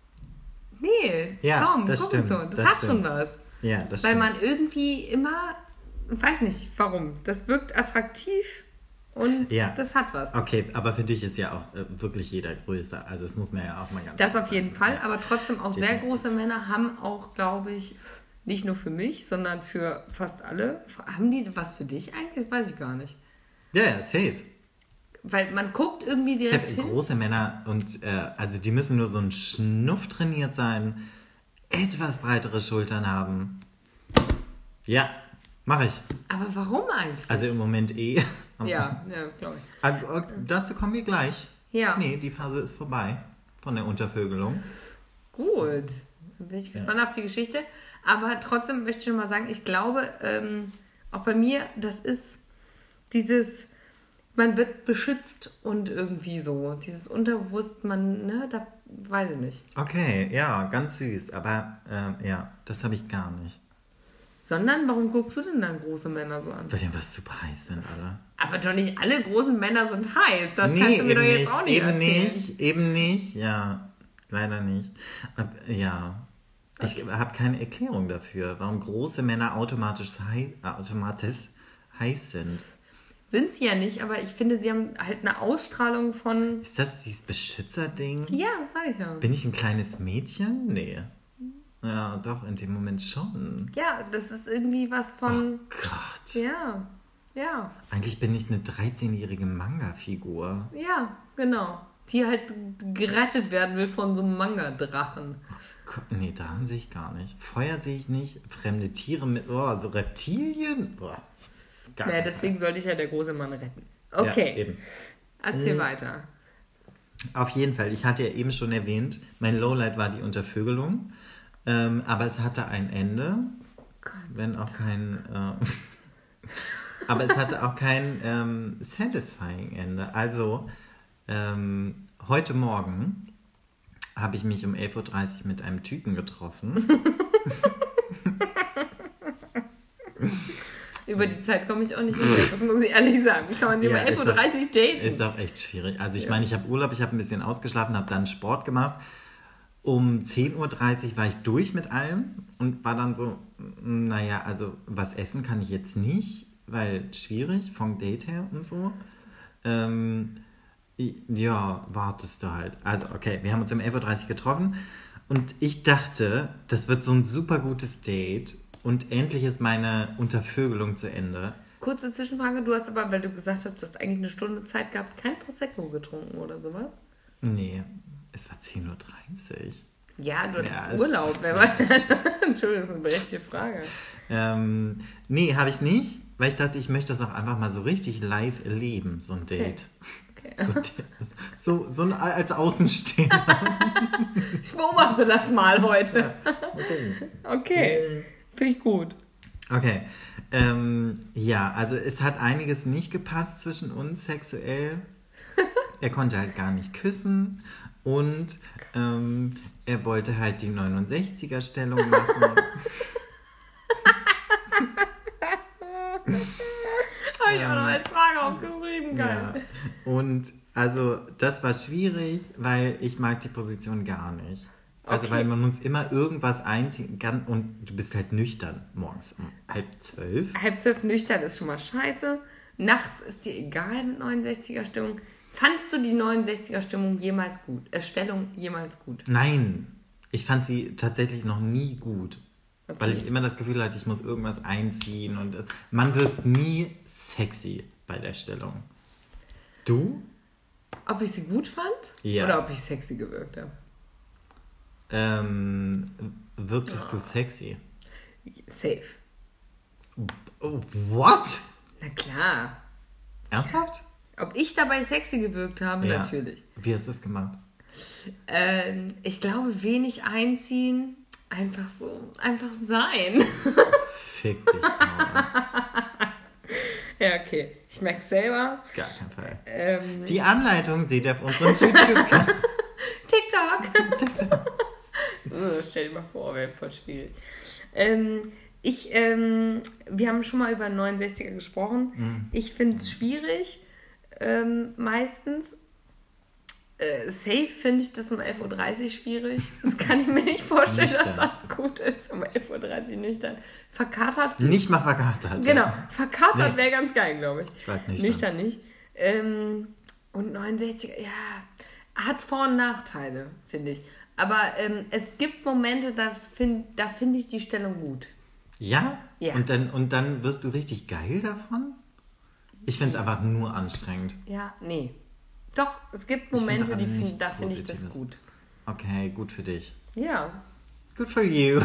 S4: Nee,
S3: Ja,
S4: Tom,
S3: das
S4: guck
S3: stimmt,
S4: so, das,
S3: das
S4: hat
S3: stimmt.
S4: schon was.
S3: Ja, das
S4: Weil
S3: stimmt.
S4: man irgendwie immer, ich weiß nicht warum, das wirkt attraktiv und
S3: Ja.
S4: das hat was.
S3: Okay, aber für dich ist ja auch äh, wirklich jeder größer. Also das muss man ja auch mal ganz
S4: Das
S3: klar
S4: auf jeden
S3: sagen.
S4: Fall,
S3: Ja.
S4: aber trotzdem auch sehr
S3: Definitiv.
S4: große Männer haben auch, glaube ich, nicht nur für mich, sondern für fast alle. Haben die was für dich eigentlich? Das weiß ich gar nicht.
S3: Ja, ja, safe.
S4: Weil man guckt irgendwie direkt
S3: Safe.
S4: hin.
S3: Große Männer und äh, also die müssen nur so ein Schnuff trainiert sein, etwas breitere Schultern haben. Ja, mache ich.
S4: Aber warum eigentlich?
S3: Also im Moment eh.
S4: Ja, ja, das glaube ich.
S3: Aber, äh, dazu kommen wir gleich.
S4: Ja.
S3: Nee, die Phase ist vorbei von der Untervögelung.
S4: Gut. Dann bin ich gespannt auf die Geschichte. Aber trotzdem möchte ich schon mal sagen, ich glaube, ähm, auch bei mir, das ist dieses, man wird beschützt und irgendwie so. Dieses Unterbewusst, man, ne, da weiß ich nicht.
S3: Okay, ja, ganz süß. Aber ähm, ja, das habe ich gar nicht.
S4: Sondern, warum guckst du denn dann große Männer so an?
S3: Weil die was super heiß sind alle.
S4: Aber doch nicht alle großen Männer sind heiß. Das kannst du mir doch jetzt
S3: nicht,
S4: auch nicht
S3: eben
S4: erzählen.
S3: nicht, eben nicht, ja, leider nicht. Ab, ja, ich habe keine Erklärung dafür, warum große Männer automatisch, hei automatisch heiß sind.
S4: Sind sie ja nicht, aber ich finde, sie haben halt eine Ausstrahlung von...
S3: Ist das dieses Beschützerding?
S4: Ja, das sag ich ja.
S3: Bin ich ein kleines Mädchen? Nee. Ja, doch, in dem Moment schon.
S4: Ja, das ist irgendwie was
S3: Oh
S4: von...
S3: Gott.
S4: Ja, ja,
S3: Eigentlich bin ich eine dreizehnjährige Manga-Figur.
S4: ja, genau. Die halt gerettet werden will von so einem Manga-Drachen.
S3: Gott, nee, daran sehe ich gar nicht. Feuer sehe ich nicht. Fremde Tiere mit, oh, so Reptilien. Oh, gar
S4: Ja,
S3: kein
S4: deswegen sollte ich ja der große Mann retten. Okay,
S3: Ja, eben.
S4: erzähl
S3: Mhm.
S4: weiter.
S3: Auf jeden Fall, ich hatte ja eben schon erwähnt, mein Lowlight war die Untervögelung, ähm, aber es hatte ein Ende, wenn auch kein, äh, aber es hatte auch kein ähm, satisfying Ende. Also, ähm, heute Morgen habe ich mich um elf Uhr dreißig mit einem Typen getroffen.
S4: Über die Zeit komme ich auch nicht mehr weg, das muss ich ehrlich sagen. Kann man sie
S3: Ja,
S4: um elf Uhr dreißig daten?
S3: Ist auch echt schwierig. Also ich
S4: Ja.
S3: meine, ich habe Urlaub, ich habe ein bisschen ausgeschlafen, habe dann Sport gemacht. Um zehn Uhr dreißig war ich durch mit allem und war dann so, mm, naja, also was essen kann ich jetzt nicht, weil schwierig vom Date her und so. Ähm, i- ja, wartest du halt. Also okay, wir haben uns um elf Uhr dreißig getroffen und ich dachte, das wird so ein super gutes Date und endlich ist meine Untervögelung zu Ende.
S4: Kurze Zwischenfrage, du hast aber, weil du gesagt hast, du hast eigentlich eine Stunde Zeit gehabt, kein Prosecco getrunken oder sowas?
S3: Nee, es war zehn Uhr dreißig.
S4: Ja, du hattest
S3: Ja, es-
S4: Urlaub. Wer weiß. Entschuldigung, das ist eine berechtigte Frage.
S3: Ähm, nee, habe ich nicht, weil ich dachte, ich möchte das auch einfach mal so richtig live erleben, so ein Date.
S4: Okay.
S3: So, so, so ein, als Außenstehender.
S4: Ich beobachte das mal heute.
S3: Okay.
S4: Okay, finde ich gut.
S3: Okay. Ähm, ja, also es hat einiges nicht gepasst zwischen uns sexuell. Er konnte halt gar nicht küssen und ähm, er wollte halt die neunundsechziger-Stellung machen.
S4: Habe ich auch noch als Frage aufgeschrieben, geil.
S3: Ja. Und also das war schwierig, weil ich mag die Position gar nicht. Also
S4: Okay.
S3: weil man muss immer irgendwas einziehen kann und du bist halt nüchtern morgens um halb zwölf.
S4: Halb zwölf nüchtern ist schon mal scheiße. Nachts ist dir egal mit neunundsechziger-Stimmung. Fandst du die neunundsechziger-Stimmung jemals gut? Äh, Stellung jemals gut?
S3: Nein, ich fand sie tatsächlich noch nie gut.
S4: Okay.
S3: Weil ich immer das Gefühl hatte, ich muss irgendwas einziehen und es, man wirkt nie sexy bei der Stellung. Du?
S4: Ob ich sie gut fand?
S3: Ja.
S4: Oder ob ich sexy gewirkt habe.
S3: Ähm, wirktest
S4: Oh.
S3: du sexy?
S4: Safe.
S3: Oh, what?
S4: Na klar.
S3: Ernsthaft?
S4: Ob ich dabei sexy gewirkt habe?
S3: Ja.
S4: Natürlich.
S3: Wie hast du das gemacht?
S4: Ähm, ich glaube, wenig einziehen, einfach so, einfach sein.
S3: Fick dich, Maul.
S4: Ja, okay. Ich merke es selber.
S3: Gar kein Fall.
S4: Ähm,
S3: Die Anleitung seht ihr auf unserem YouTube-Kanal.
S4: TikTok. Oh, stell dir mal vor, wäre voll schwierig. Ähm, ich, ähm, wir haben schon mal über neunundsechziger gesprochen.
S3: Mhm.
S4: Ich finde es schwierig, ähm, meistens. Äh, safe finde ich das um elf Uhr dreißig schwierig. Das kann ich mir nicht vorstellen,
S3: Nüchtern.
S4: dass das gut ist. Um elf Uhr dreißig nüchtern. Verkatert.
S3: Nicht mal verkatert.
S4: Genau,
S3: Ja.
S4: verkatert
S3: Nee.
S4: wäre ganz geil, glaube ich.
S3: Ich sag nicht.
S4: Nüchtern nicht. Ähm, und neunundsechziger, ja, hat Vor- und Nachteile, finde ich. Aber ähm, es gibt Momente, das find, da finde ich die Stellung gut.
S3: Ja?
S4: Ja.
S3: Und dann, und dann wirst du richtig geil davon? Ich finde es einfach nur anstrengend.
S4: Ja, nee. Doch, es gibt
S3: find
S4: Momente,
S3: daran
S4: die find,
S3: nichts
S4: da finde ich das
S3: Positives.
S4: gut.
S3: Okay, gut für dich.
S4: Ja.
S3: Good for you.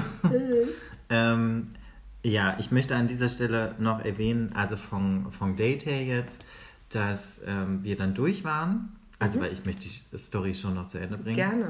S3: ähm, ja, ich möchte an dieser Stelle noch erwähnen, also vom, vom Date her jetzt, dass ähm, wir dann durch waren. Also, weil ich möchte die Story schon noch zu Ende bringen.
S4: Gerne.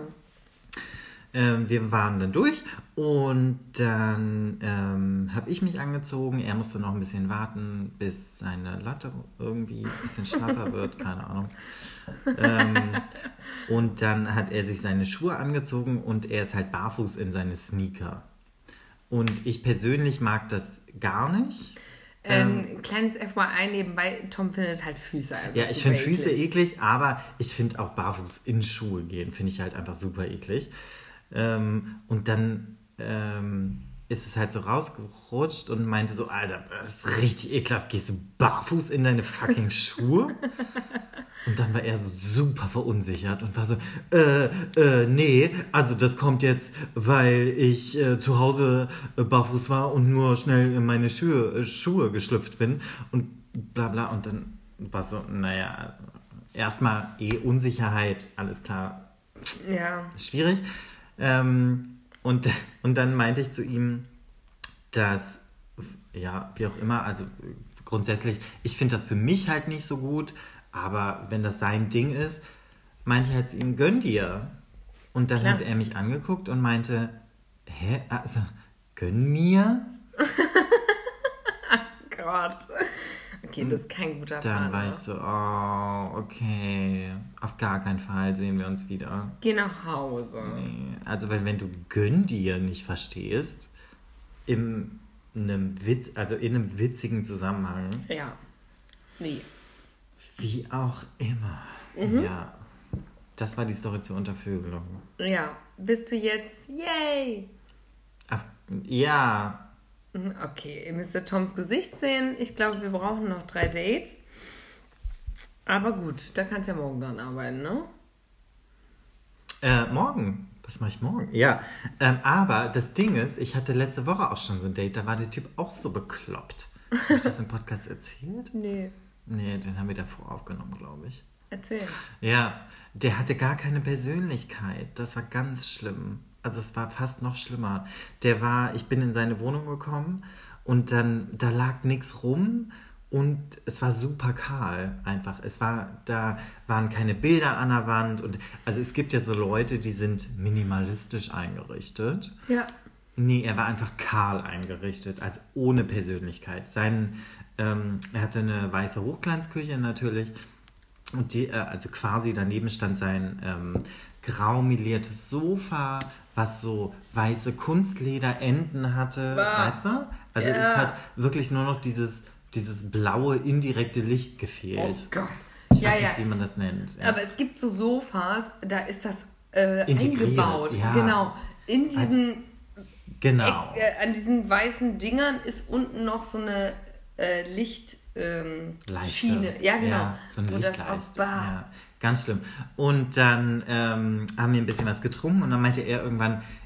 S3: Ähm, wir waren dann durch und dann ähm, habe ich mich angezogen. Er musste noch ein bisschen warten, bis seine Latte irgendwie ein bisschen schlaffer wird, keine Ahnung. Ähm, und dann hat er sich seine Schuhe angezogen und er ist halt barfuß in seine Sneaker. Und ich persönlich mag das gar nicht.
S4: Ähm, kleines F Y I nebenbei, Tom findet halt Füße einfach
S3: Ja, ich
S4: super
S3: finde Füße
S4: eklig.
S3: eklig, aber ich finde auch barfuß in Schuhe gehen, finde ich halt einfach super eklig. Ähm, und dann ähm, ist es halt so rausgerutscht und meinte so, Alter, das ist richtig ekelhaft, gehst du barfuß in deine fucking Schuhe? Und dann war er so super verunsichert und war so, äh, äh, nee, also das kommt jetzt, weil ich äh, zu Hause äh, barfuß war und nur schnell in meine Schuhe, äh, Schuhe geschlüpft bin und bla bla. Und dann war so, naja, erstmal eh Unsicherheit, alles klar,
S4: Ja.
S3: schwierig. Ähm, und, und dann meinte ich zu ihm, dass, ja, wie auch immer, also grundsätzlich, ich finde das für mich halt nicht so gut, aber wenn das sein Ding ist, meinte ich halt zu ihm, gönn dir. Und dann
S4: Klar.
S3: hat er mich angeguckt und meinte, hä, also, gönn mir?
S4: Gott. Okay, das ist kein guter
S3: Dann
S4: Partner.
S3: war ich so, oh, okay, auf gar keinen Fall sehen wir uns wieder.
S4: Geh nach Hause.
S3: Nee, also weil wenn du gönn dir nicht verstehst, in einem, Witz, also in einem witzigen Zusammenhang,
S4: Ja. Nee.
S3: wie auch immer.
S4: Mhm.
S3: Ja, das war die Story zur Untervögelung.
S4: Ja. Bist du jetzt, yay!
S3: Ach, ja,
S4: Mhm, okay, ihr müsst ja Toms Gesicht sehen. Ich glaube, wir brauchen noch drei Dates. Aber gut, da kannst du ja morgen dran arbeiten, ne?
S3: äh, morgen. Was mache ich morgen? Ja, ähm, aber das Ding ist, ich hatte letzte Woche auch schon so ein Date, da war der Typ auch so bekloppt. Habe ich das im Podcast erzählt?
S4: Nee.
S3: Nee, den haben wir davor aufgenommen, glaube ich.
S4: Erzähl.
S3: Ja, der hatte gar keine Persönlichkeit. Das war ganz schlimm. Also es war fast noch schlimmer. Der war, ich bin in seine Wohnung gekommen und dann, da lag nichts rum und es war super kahl einfach. Es war, da waren keine Bilder an der Wand und, also es gibt ja so Leute, die sind minimalistisch eingerichtet.
S4: Ja.
S3: Nee, er war einfach kahl eingerichtet, also ohne Persönlichkeit. Sein, ähm, er hatte eine weiße Hochglanzküche natürlich und die, äh, also quasi daneben stand sein ähm, grau meliertes Sofa, was so weiße Kunstlederenden hatte,
S4: Ah.
S3: weißt du? Also
S4: Ja.
S3: es hat wirklich nur noch dieses, dieses blaue indirekte Licht
S4: Oh
S3: gefehlt.
S4: Gott.
S3: Ich
S4: Ja,
S3: weiß
S4: ja.
S3: nicht, wie man das nennt. Ja.
S4: Aber es gibt so Sofas, da ist das äh,
S3: Integriert,
S4: eingebaut.
S3: ja.
S4: Genau. In diesen,
S3: genau.
S4: Eck, äh, an diesen weißen Dingern ist unten noch so eine äh, Licht... Ähm,
S3: Leiste.
S4: Schiene. Ja, genau.
S3: Ja, so eine
S4: Wo das
S3: Lichtleiste.
S4: auch war.
S3: Ja, ganz schlimm. Und dann ähm, haben wir ein bisschen was getrunken und dann meinte er irgendwann,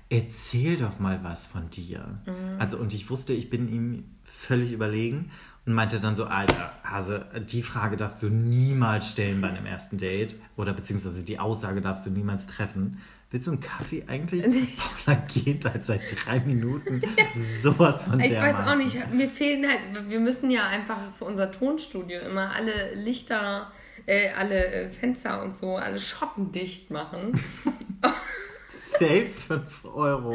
S3: erzähl doch mal was von dir. Mhm. Also, und ich wusste, ich bin ihm völlig überlegen und meinte dann so, Alter, Hase, die Frage darfst du niemals stellen bei einem ersten Date oder beziehungsweise die Aussage darfst du niemals treffen. Willst du einen Kaffee eigentlich? Paula geht halt seit drei Minuten sowas von
S4: Ich
S3: dermaßen.
S4: weiß auch nicht, mir fehlen halt, wir müssen ja einfach für unser Tonstudio immer alle Lichter, äh, alle äh, Fenster und so, alle Schotten dicht machen.
S3: Safe fünf Euro.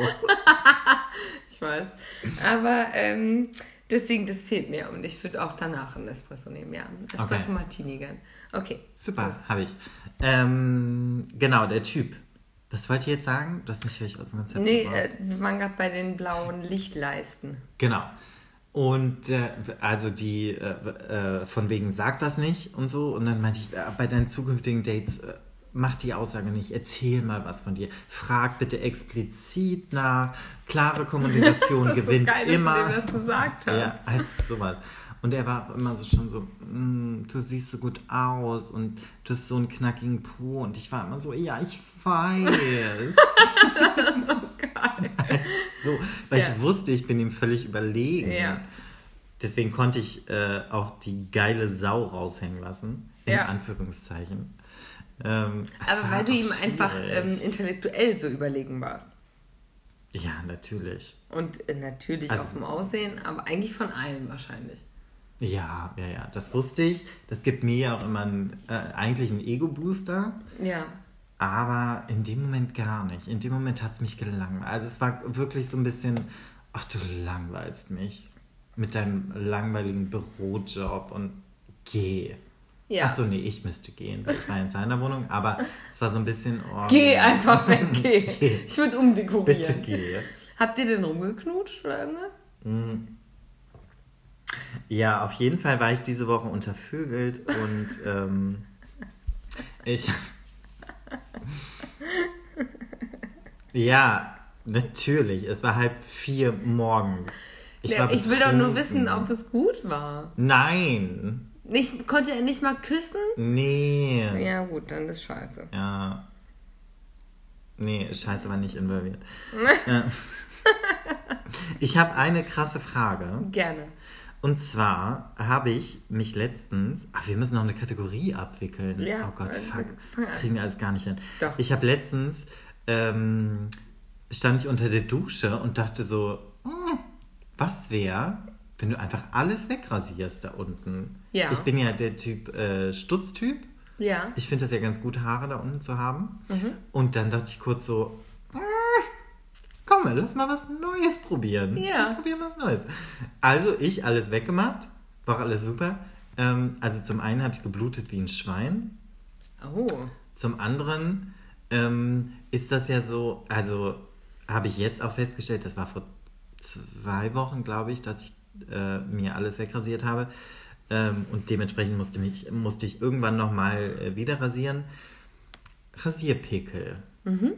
S4: Ich weiß. Aber ähm, deswegen, das fehlt mir und ich würde auch danach einen Espresso nehmen, ja. Espresso okay. Martini gern. Okay.
S3: Super, habe ich. Ähm, genau, der Typ. Was wollt ihr jetzt sagen? Du hast mich völlig aus dem Konzept
S4: Nee, äh, wir waren gerade bei den blauen Lichtleisten.
S3: Genau. Und äh, also die, äh, äh, von wegen sagt das nicht und so. Und dann meinte ich, äh, bei deinen zukünftigen Dates, äh, mach die Aussage nicht, erzähl mal was von dir. Frag bitte explizit nach. Klare Kommunikation das ist gewinnt so geil, immer.
S4: Dass du dem das gesagt hast.
S3: Ja, halt sowas. Und er war immer so schon so, mm, du siehst so gut aus und du hast so einen knackigen Po. Und ich war immer so, ja, ich weiß.
S4: Oh, geil.
S3: So, weil
S4: ja.
S3: ich wusste, ich bin ihm völlig überlegen.
S4: Ja.
S3: Deswegen konnte ich äh, auch die geile Sau raushängen lassen, in ja. Anführungszeichen. Ähm,
S4: Aber weil du ihm schwierig. einfach ähm, intellektuell so überlegen warst.
S3: Ja, natürlich.
S4: Und äh, natürlich also, auch vom Aussehen, aber eigentlich von allem wahrscheinlich.
S3: Ja, ja, ja, das wusste ich. Das gibt mir ja auch immer einen, äh, eigentlich einen Ego-Booster.
S4: Ja.
S3: Aber in dem Moment gar nicht. In dem Moment hat es mich gelangweilt. Also es war wirklich so ein bisschen, ach, du langweilst mich mit deinem langweiligen Bürojob und geh. Ja. Achso, nee, ich müsste gehen, weil ich war in seiner Wohnung, aber es war so ein bisschen... Oh,
S4: geh einfach weg, geh. geh. Ich würde umdekorieren.
S3: Bitte geh.
S4: Habt ihr denn rumgeknutscht oder irgendwas?
S3: Mm. Ja, auf jeden Fall war ich diese Woche untervögelt und ähm, ich... Ja, natürlich. Es war halb vier morgens. Ich,
S4: ja,
S3: war
S4: ich will doch nur wissen, ob es gut war.
S3: Nein.
S4: Nicht, konnte er nicht mal küssen?
S3: Nee.
S4: Ja gut, dann ist scheiße.
S3: Ja. Nee, scheiße war nicht involviert. ja. Ich habe eine krasse Frage.
S4: Gerne.
S3: Und zwar habe ich mich letztens... Ach, wir müssen noch eine Kategorie abwickeln.
S4: Ja.
S3: Oh Gott, fuck. Das kriegen wir alles gar nicht hin.
S4: Doch.
S3: Ich habe letztens... Ähm, stand ich unter der Dusche und dachte so... Hm, was wäre, wenn du einfach alles wegrasierst da unten?
S4: Ja.
S3: Ich bin ja der Typ äh, Stutztyp.
S4: Ja.
S3: Ich finde das ja ganz gut, Haare da unten zu haben.
S4: Mhm.
S3: Und dann dachte ich kurz so... Hm, komm, lass mal was Neues probieren.
S4: Ja.
S3: Wir probieren was Neues. Also ich alles weggemacht. War alles super. Ähm, also zum einen habe ich geblutet wie ein Schwein.
S4: Oh.
S3: Zum anderen ähm, ist das ja so, also habe ich jetzt auch festgestellt, das war vor zwei Wochen, glaube ich, dass ich äh, mir alles wegrasiert habe. Ähm, und dementsprechend musste, mich, musste ich irgendwann nochmal äh, wieder rasieren. Rasierpickel.
S4: Mhm.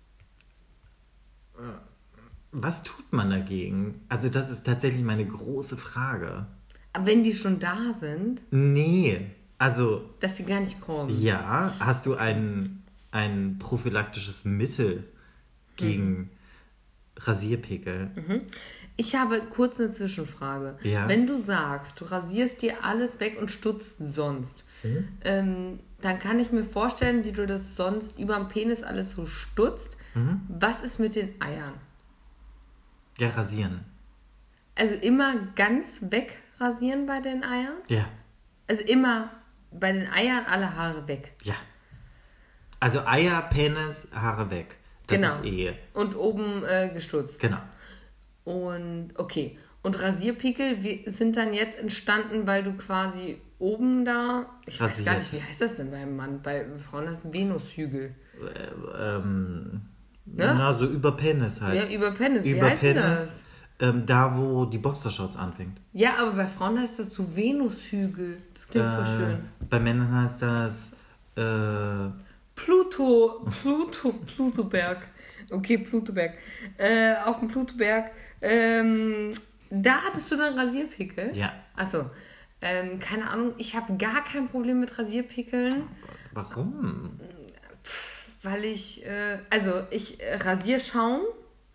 S3: Was tut man dagegen? Also das ist tatsächlich meine große Frage.
S4: Aber wenn die schon da sind?
S3: Nee, also...
S4: Dass sie gar nicht kommen?
S3: Ja, hast du ein, ein prophylaktisches Mittel gegen mhm. Rasierpickel?
S4: Mhm. Ich habe kurz eine Zwischenfrage.
S3: Ja?
S4: Wenn du sagst, du rasierst dir alles weg und stutzt sonst, mhm. ähm, dann kann ich mir vorstellen, wie du das sonst über dem Penis alles so stutzt.
S3: Mhm.
S4: Was ist mit den Eiern?
S3: Ja, rasieren.
S4: Also immer ganz wegrasieren bei den Eiern?
S3: Ja.
S4: Also immer bei den Eiern alle Haare weg?
S3: Ja. Also Eier, Penis, Haare weg. Das
S4: genau.
S3: ist eh.
S4: Und oben äh, gestutzt.
S3: Genau.
S4: Und okay. Und Rasierpickel wie, sind dann jetzt entstanden, weil du quasi oben da... Ich Rasiert. weiß gar nicht, wie heißt das denn beim Mann? Bei Frauen ist es Venushügel.
S3: Äh, ähm...
S4: Ne?
S3: Na, so über Penis halt.
S4: Ja, über Penis. Wie
S3: über
S4: heißt
S3: Penis,
S4: das?
S3: Ähm, da, wo die Boxershorts anfängt.
S4: Ja, aber bei Frauen heißt das so Venushügel. Das klingt
S3: äh,
S4: voll schön.
S3: Bei Männern heißt das äh,
S4: Pluto. Pluto. Plutoberg. Okay, Plutoberg. Äh, auf dem Plutoberg. Ähm, da hattest du dann Rasierpickel?
S3: Ja.
S4: Achso. Ähm, keine Ahnung, ich habe gar kein Problem mit Rasierpickeln.
S3: Oh Gott, warum?
S4: Weil ich, äh, also ich äh, Rasierschaum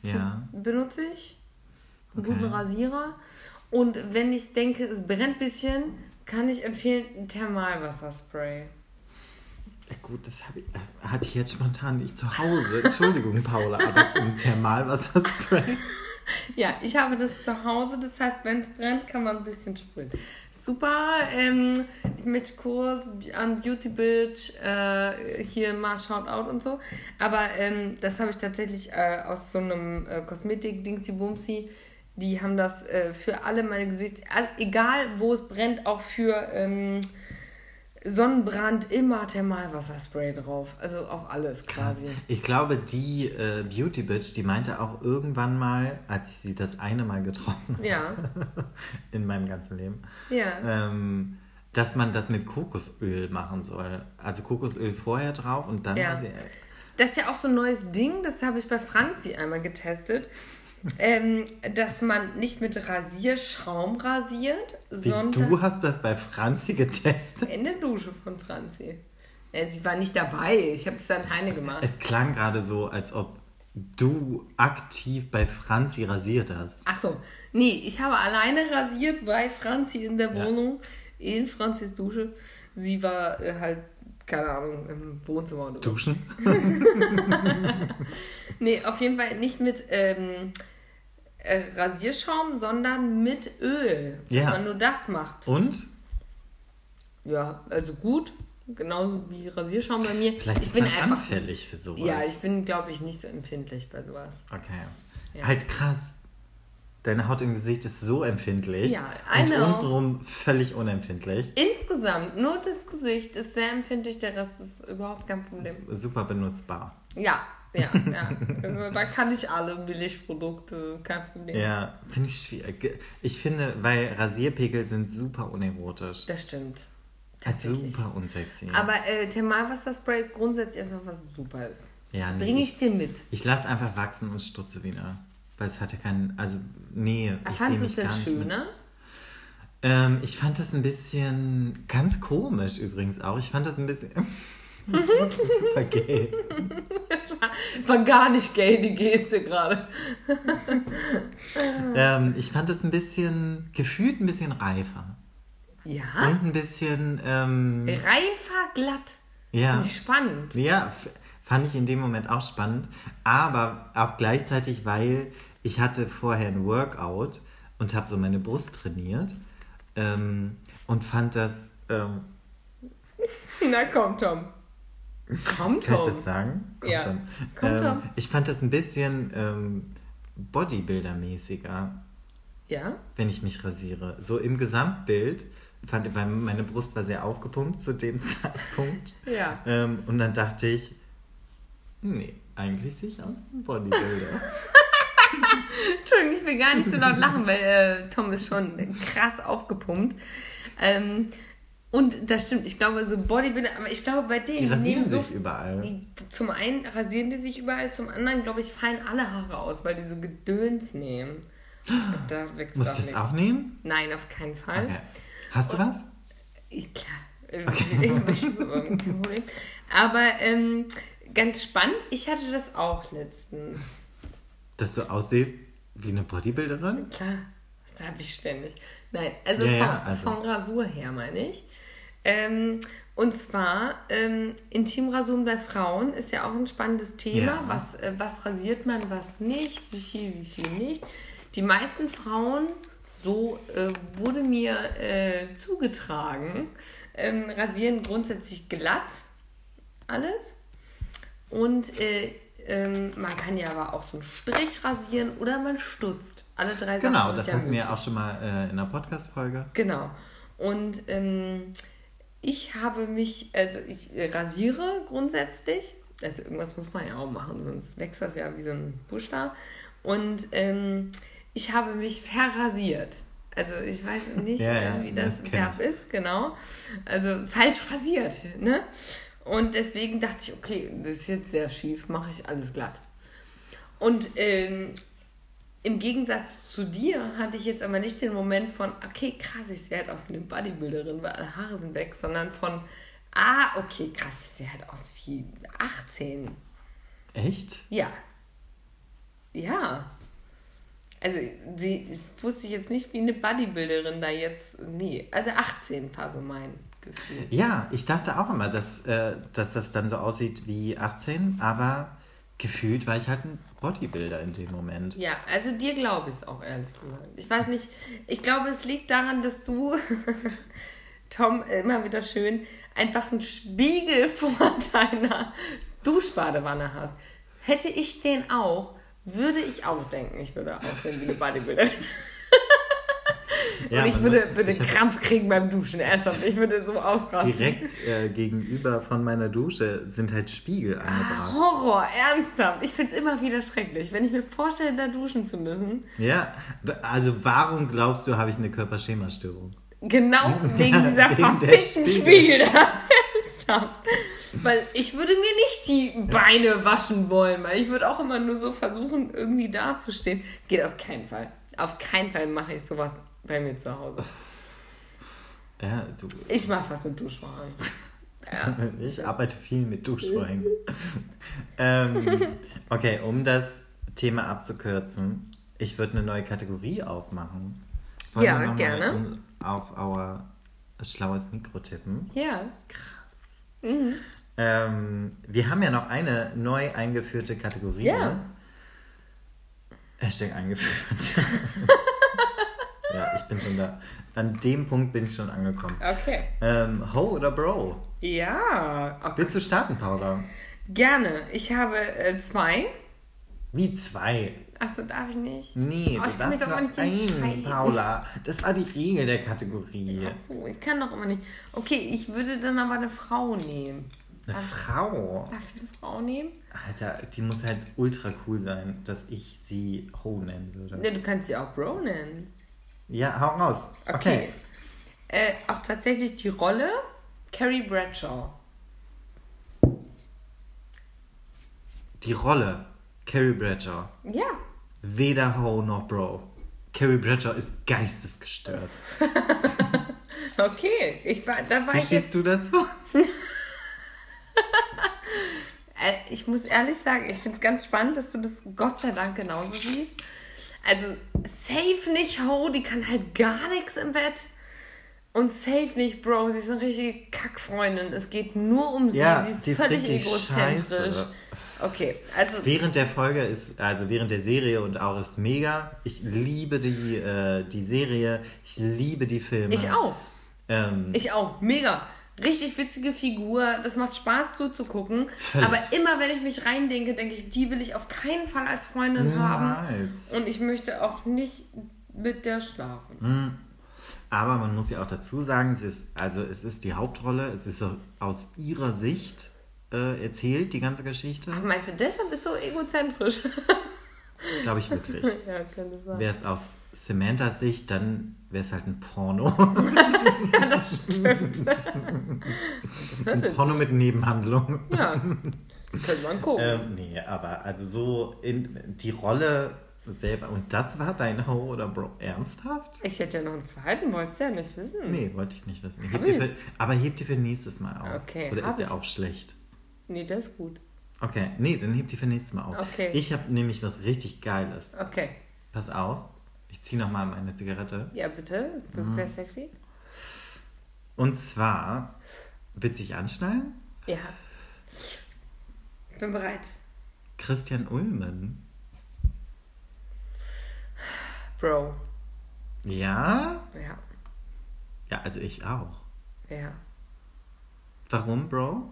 S3: Ja.
S4: benutze ich. Einen
S3: Okay.
S4: guten Rasierer. Und wenn ich denke, es brennt ein bisschen, kann ich empfehlen, ein Thermalwasserspray.
S3: Gut, das hab ich, äh, hatte ich jetzt spontan nicht zu Hause. Entschuldigung, Paula, aber ein Thermalwasserspray.
S4: Ja, ich habe das zu Hause, das heißt, wenn es brennt, kann man ein bisschen sprühen. Super, ähm, ich möchte kurz an Beauty Bitch äh, hier mal Shoutout und so, aber ähm, das habe ich tatsächlich äh, aus so einem äh, Kosmetik-Dingsy-Bumsy, die haben das äh, für alle meine Gesichts... Egal, wo es brennt, auch für ähm, Sonnenbrand, immer Thermalwasserspray drauf. Also auf alles quasi.
S3: Ich glaube, die äh, Beauty Bitch, die meinte auch irgendwann mal, als ich sie das eine Mal getroffen habe,
S4: Ja,
S3: in meinem ganzen Leben,
S4: ja.
S3: ähm, dass man das mit Kokosöl machen soll. Also Kokosöl vorher drauf und dann
S4: Ja.
S3: war sie...
S4: Das ist ja auch so ein neues Ding, das habe ich bei Franzi einmal getestet, ähm, dass man nicht mit Rasierschaum rasiert,
S3: Wie,
S4: sondern
S3: du hast das bei Franzi getestet?
S4: in der Dusche von Franzi. Ja, sie war nicht dabei, ich habe es dann Heine gemacht.
S3: Es klang gerade so, als ob du aktiv bei Franzi rasiert hast.
S4: Ach so, nee, ich habe alleine rasiert bei Franzi in der
S3: Ja.
S4: Wohnung, in Franzis Dusche. Sie war äh, halt, keine Ahnung, im Wohnzimmer oder so.
S3: Duschen?
S4: Nee, auf jeden Fall nicht mit ähm, äh, Rasierschaum, sondern mit Öl. Dass
S3: Ja.
S4: man nur das macht.
S3: Und?
S4: Ja, also gut. Genauso wie Rasierschaum bei mir.
S3: Vielleicht
S4: ich
S3: ist
S4: bin
S3: man
S4: einfach.
S3: anfällig für sowas.
S4: Ja, ich bin, glaube ich, nicht so empfindlich bei sowas.
S3: Okay.
S4: Ja.
S3: Halt krass. Deine Haut im Gesicht ist so empfindlich.
S4: Ja, I
S3: und
S4: know.
S3: untenrum völlig unempfindlich.
S4: Insgesamt, nur das Gesicht ist sehr empfindlich, der Rest ist überhaupt kein Problem.
S3: Super benutzbar.
S4: Ja, ja, ja. Also, da kann ich alle Billigprodukte, kein Problem.
S3: Ja, finde ich schwierig. Ich finde, weil Rasierpickel sind super unerotisch.
S4: Das stimmt.
S3: Halt
S4: Tatsächlich.
S3: super unsexy.
S4: Aber äh, Thermalwasserspray ist grundsätzlich etwas, was super ist.
S3: ja, nee,
S4: Bring ich dir mit.
S3: Ich lasse einfach wachsen und stutze wieder. Weil es hatte keinen, also nee.
S4: Ah,
S3: ich
S4: fandst du
S3: seh
S4: es
S3: mich
S4: denn
S3: gar nicht mit-
S4: schöner?
S3: Ähm, ich fand das ein bisschen, ganz komisch übrigens auch. Ich fand das ein bisschen, super gay.
S4: War gar nicht gay, die Geste gerade.
S3: Ähm, ich fand das ein bisschen, gefühlt ein bisschen reifer.
S4: Ja?
S3: Und ein bisschen, ähm,
S4: Reifer glatt.
S3: ja.
S4: Finde ich spannend.
S3: Ja, f- fand ich in dem Moment auch spannend, aber auch gleichzeitig, weil ich hatte vorher ein Workout und habe so meine Brust trainiert ähm, und fand das, ähm,
S4: Na komm, Tom. Komm,
S3: kann ich
S4: Tom.
S3: das sagen? Kommt
S4: Ja.
S3: Tom.
S4: Komm,
S3: ähm,
S4: Tom.
S3: Ich fand das ein bisschen ähm, Bodybuilder-mäßiger,
S4: Ja?
S3: wenn ich mich rasiere. So im Gesamtbild, fand, weil meine Brust war sehr aufgepumpt zu dem Zeitpunkt.
S4: Ja.
S3: Ähm, und dann dachte ich, nee, eigentlich sehe ich aus wie ein Bodybuilder.
S4: Entschuldigung, ich will gar nicht so laut lachen, weil äh, Tom ist schon krass aufgepumpt. Ähm, und das stimmt, ich glaube, so Bodybuilder, aber ich glaube, bei denen
S3: Die rasieren
S4: nehmen so,
S3: sich überall.
S4: Die, zum einen rasieren die sich überall, zum anderen, glaube ich, fallen alle Haare aus, weil die so Gedöns nehmen. Ich glaub, da wächst
S3: Muss
S4: auch
S3: ich das
S4: nichts.
S3: auch nehmen?
S4: Nein, auf keinen Fall.
S3: Okay. Hast du was?
S4: Ich, klar, äh, ich möchte aber kein Problem. Aber ähm, ganz spannend, ich hatte das auch letztens.
S3: Dass du aussiehst wie eine Bodybuilderin?
S4: Klar, das habe ich ständig. Nein, also,
S3: Ja,
S4: von,
S3: ja, also.
S4: von Rasur her meine ich. Ähm, und zwar ähm, Intimrasuren bei Frauen ist ja auch ein spannendes Thema.
S3: Ja.
S4: Was, äh, was rasiert man, was nicht, wie viel, wie viel nicht. Die meisten Frauen, so äh, wurde mir äh, zugetragen, ähm, rasieren grundsätzlich glatt alles. Und äh, ähm, man kann ja aber auch so einen Strich rasieren oder man stutzt. Alle drei Sachen
S3: Genau,
S4: sind
S3: das
S4: ja
S3: hatten wir
S4: möglich.
S3: auch schon mal äh, in einer Podcast-Folge.
S4: Genau. Und ähm, ich habe mich, also ich rasiere grundsätzlich. Also irgendwas muss man ja auch machen, sonst wächst das ja wie so ein Busch da. Und ähm, ich habe mich verrasiert. Also ich weiß nicht,
S3: Ja, ja,
S4: äh, wie das,
S3: das kenn
S4: Verb ist, genau. Also falsch rasiert, ne? Und deswegen dachte ich, okay, das ist jetzt sehr schief, mache ich alles glatt. Und ähm, im Gegensatz zu dir hatte ich jetzt aber nicht den Moment von, okay, krass, ich sehe halt aus wie eine Bodybuilderin, weil alle Haare sind weg, sondern von, ah, okay, krass, ich sehe halt aus wie achtzehn.
S3: Echt?
S4: Ja. Ja. Also, sie wusste ich jetzt nicht, wie eine Bodybuilderin da jetzt. Nee, also achtzehn war so mein Gefühl.
S3: Ja, ich dachte auch immer, dass, äh, dass das dann so aussieht wie achtzehn, aber gefühlt war ich halt ein Bodybuilder in dem Moment.
S4: Ja, also dir glaube ich es auch, ehrlich gesagt. Ich weiß nicht, ich glaube, es liegt daran, dass du, Tom, immer wieder schön, einfach einen Spiegel vor deiner Duschbadewanne hast. Hätte ich den auch, würde ich auch denken, ich würde aussehen wie eine Bodybuilderin.
S3: Ja,
S4: und ich
S3: man-
S4: würde, würde
S3: ich hab-
S4: Krampf kriegen beim Duschen, ernsthaft. Ich würde so ausrasten.
S3: Direkt äh, gegenüber von meiner Dusche sind halt Spiegel angebracht.
S4: Horror, ernsthaft. Ich finde es immer wieder schrecklich, wenn ich mir vorstelle, da duschen zu müssen.
S3: Ja, also warum glaubst du, habe ich eine Körperschemastörung?
S4: Genau wegen dieser
S3: Wegen der
S4: verfickten
S3: Spiegel.
S4: Spiegel da. Ernsthaft. Weil ich würde mir nicht die Beine waschen wollen, weil ich würde auch immer nur so versuchen, irgendwie dazustehen. Geht auf keinen Fall. Auf keinen Fall mache ich sowas bei mir zu Hause.
S3: Ja, du,
S4: Ich mache was mit Duschvorhang. Ja.
S3: ich arbeite viel mit Duschvorhängen. ähm, okay, um das Thema abzukürzen, ich würde eine neue Kategorie aufmachen. Wollen
S4: Ja,
S3: wir noch mal
S4: gerne.
S3: um- auf our schlaues Mikro tippen.
S4: Ja.
S3: Ähm, wir haben ja noch eine neu eingeführte Kategorie.
S4: Ja.
S3: Ne? Hashtag eingeführt. Ja, ich bin schon da. An dem Punkt bin ich schon angekommen.
S4: Okay.
S3: Ähm, Ho oder Bro?
S4: Ja. Oh,
S3: Willst du starten, Paula?
S4: gerne. Ich habe äh, zwei.
S3: Wie zwei?
S4: Achso, darf ich nicht?
S3: Nee,
S4: Oh,
S3: du
S4: ich kann mich
S3: darfst
S4: doch
S3: nur
S4: mal nicht
S3: einen,
S4: entscheiden.
S3: Paula. Das war die Regel der Kategorie.
S4: Oh, ich kann doch immer nicht. Okay, ich würde dann aber eine Frau nehmen.
S3: Eine Frau?
S4: Darf ich eine Frau nehmen?
S3: Alter, die muss halt ultra cool sein, dass ich sie Ho nennen würde.
S4: Ne, du kannst sie auch Bro nennen.
S3: Ja, hau raus.
S4: Okay.
S3: Okay.
S4: Äh, auch tatsächlich die Rolle Carrie Bradshaw.
S3: Die Rolle Carrie Bradshaw.
S4: Ja.
S3: Weder Ho noch Bro. Carrie Bradshaw ist geistesgestört.
S4: Okay. Ich war, da war
S3: Wie
S4: ich jetzt,
S3: stehst du dazu?
S4: äh, ich muss ehrlich sagen, ich finde es ganz spannend, dass du das Gott sei Dank genauso siehst. Also, safe nicht Ho, die kann halt gar nichts im Bett. Und safe nicht Bro, sie ist eine richtige Kackfreundin. Es geht nur um sie,
S3: Ja,
S4: sie ist
S3: die ist
S4: völlig
S3: richtig
S4: egozentrisch.
S3: scheiße.
S4: Okay, also
S3: Während der Folge ist, also während der Serie und auch ist mega. Ich liebe die, äh, die Serie. Ich liebe die Filme.
S4: ich auch.
S3: Ähm,
S4: Ich auch, mega. Richtig witzige Figur, das macht Spaß zuzugucken.
S3: Völlig.
S4: Aber immer wenn ich mich reindenke, denke ich, die will ich auf keinen Fall als Freundin haben.
S3: Niemals.
S4: Und ich möchte auch nicht mit der schlafen.
S3: Aber man muss ja auch dazu sagen, es ist, also es ist die Hauptrolle, es ist so aus ihrer Sicht äh, erzählt, die ganze Geschichte.
S4: Ach, meinst du, deshalb ist so egozentrisch?
S3: Glaube ich wirklich.
S4: Ja, könnte sein.
S3: Wäre es aus Samanthas Sicht, dann wäre es halt ein Porno.
S4: Ja, das stimmt. Das wäre
S3: Ein
S4: witzig.
S3: Porno mit Nebenhandlung.
S4: Ja, könnte man gucken.
S3: Ähm, nee, aber also so in die Rolle selber. Und das war dein Ho oder Bro? Ernsthaft?
S4: Ich hätte ja noch einen zweiten, wolltest du ja nicht wissen.
S3: Nee, wollte ich nicht wissen.
S4: Hab
S3: Heb dir
S4: ich.
S3: für, aber heb dir für nächstes Mal auf.
S4: Okay,
S3: Oder
S4: hab
S3: ist der
S4: ich.
S3: auch schlecht?
S4: Nee, das ist gut.
S3: Okay, nee, dann heb die für nächstes Mal auf.
S4: Okay.
S3: Ich habe nämlich was richtig Geiles.
S4: Okay.
S3: Pass auf. Ich ziehe nochmal meine Zigarette.
S4: Ja, bitte. Wird
S3: Mhm.
S4: sehr sexy.
S3: Und zwar, willst du dich anschnallen?
S4: Ja. Bin bereit.
S3: Christian Ulmen.
S4: Bro.
S3: Ja?
S4: Ja.
S3: Ja, also ich auch.
S4: Ja.
S3: Warum, Bro?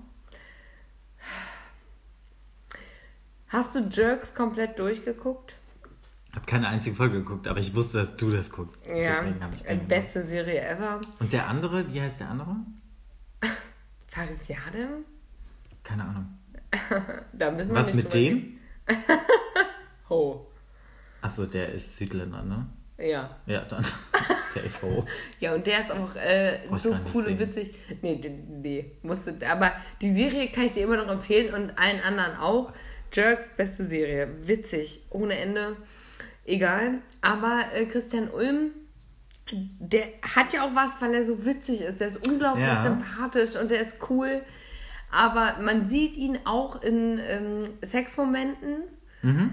S4: Hast du Jerks komplett durchgeguckt?
S3: Ich habe keine einzige Folge geguckt, aber ich wusste, dass du das guckst.
S4: Ja.
S3: Deswegen habe ich
S4: Die
S3: den.
S4: beste Serie ever.
S3: Und der andere, wie heißt der andere?
S4: Paris Jadem?
S3: Keine Ahnung.
S4: Da müssen wir
S3: Was
S4: nicht
S3: mit
S4: drüber
S3: dem?
S4: reden. Ho.
S3: Achso, der ist Südländer, ne?
S4: Ja.
S3: Ja, dann safe Ho.
S4: Ja, und der ist auch äh,
S3: Brauch ich
S4: so
S3: gar nicht
S4: cool und
S3: sehen.
S4: witzig. Nee, nee, nee, musst du, aber die Serie kann ich dir immer noch empfehlen und allen anderen auch. Jerks, beste Serie. Witzig, ohne Ende. Egal. Aber äh, Christian Ulm, der hat ja auch was, weil er so witzig ist. Der ist unglaublich
S3: Ja.
S4: sympathisch und der ist cool. Aber man sieht ihn auch in ähm, Sexmomenten.
S3: Mhm.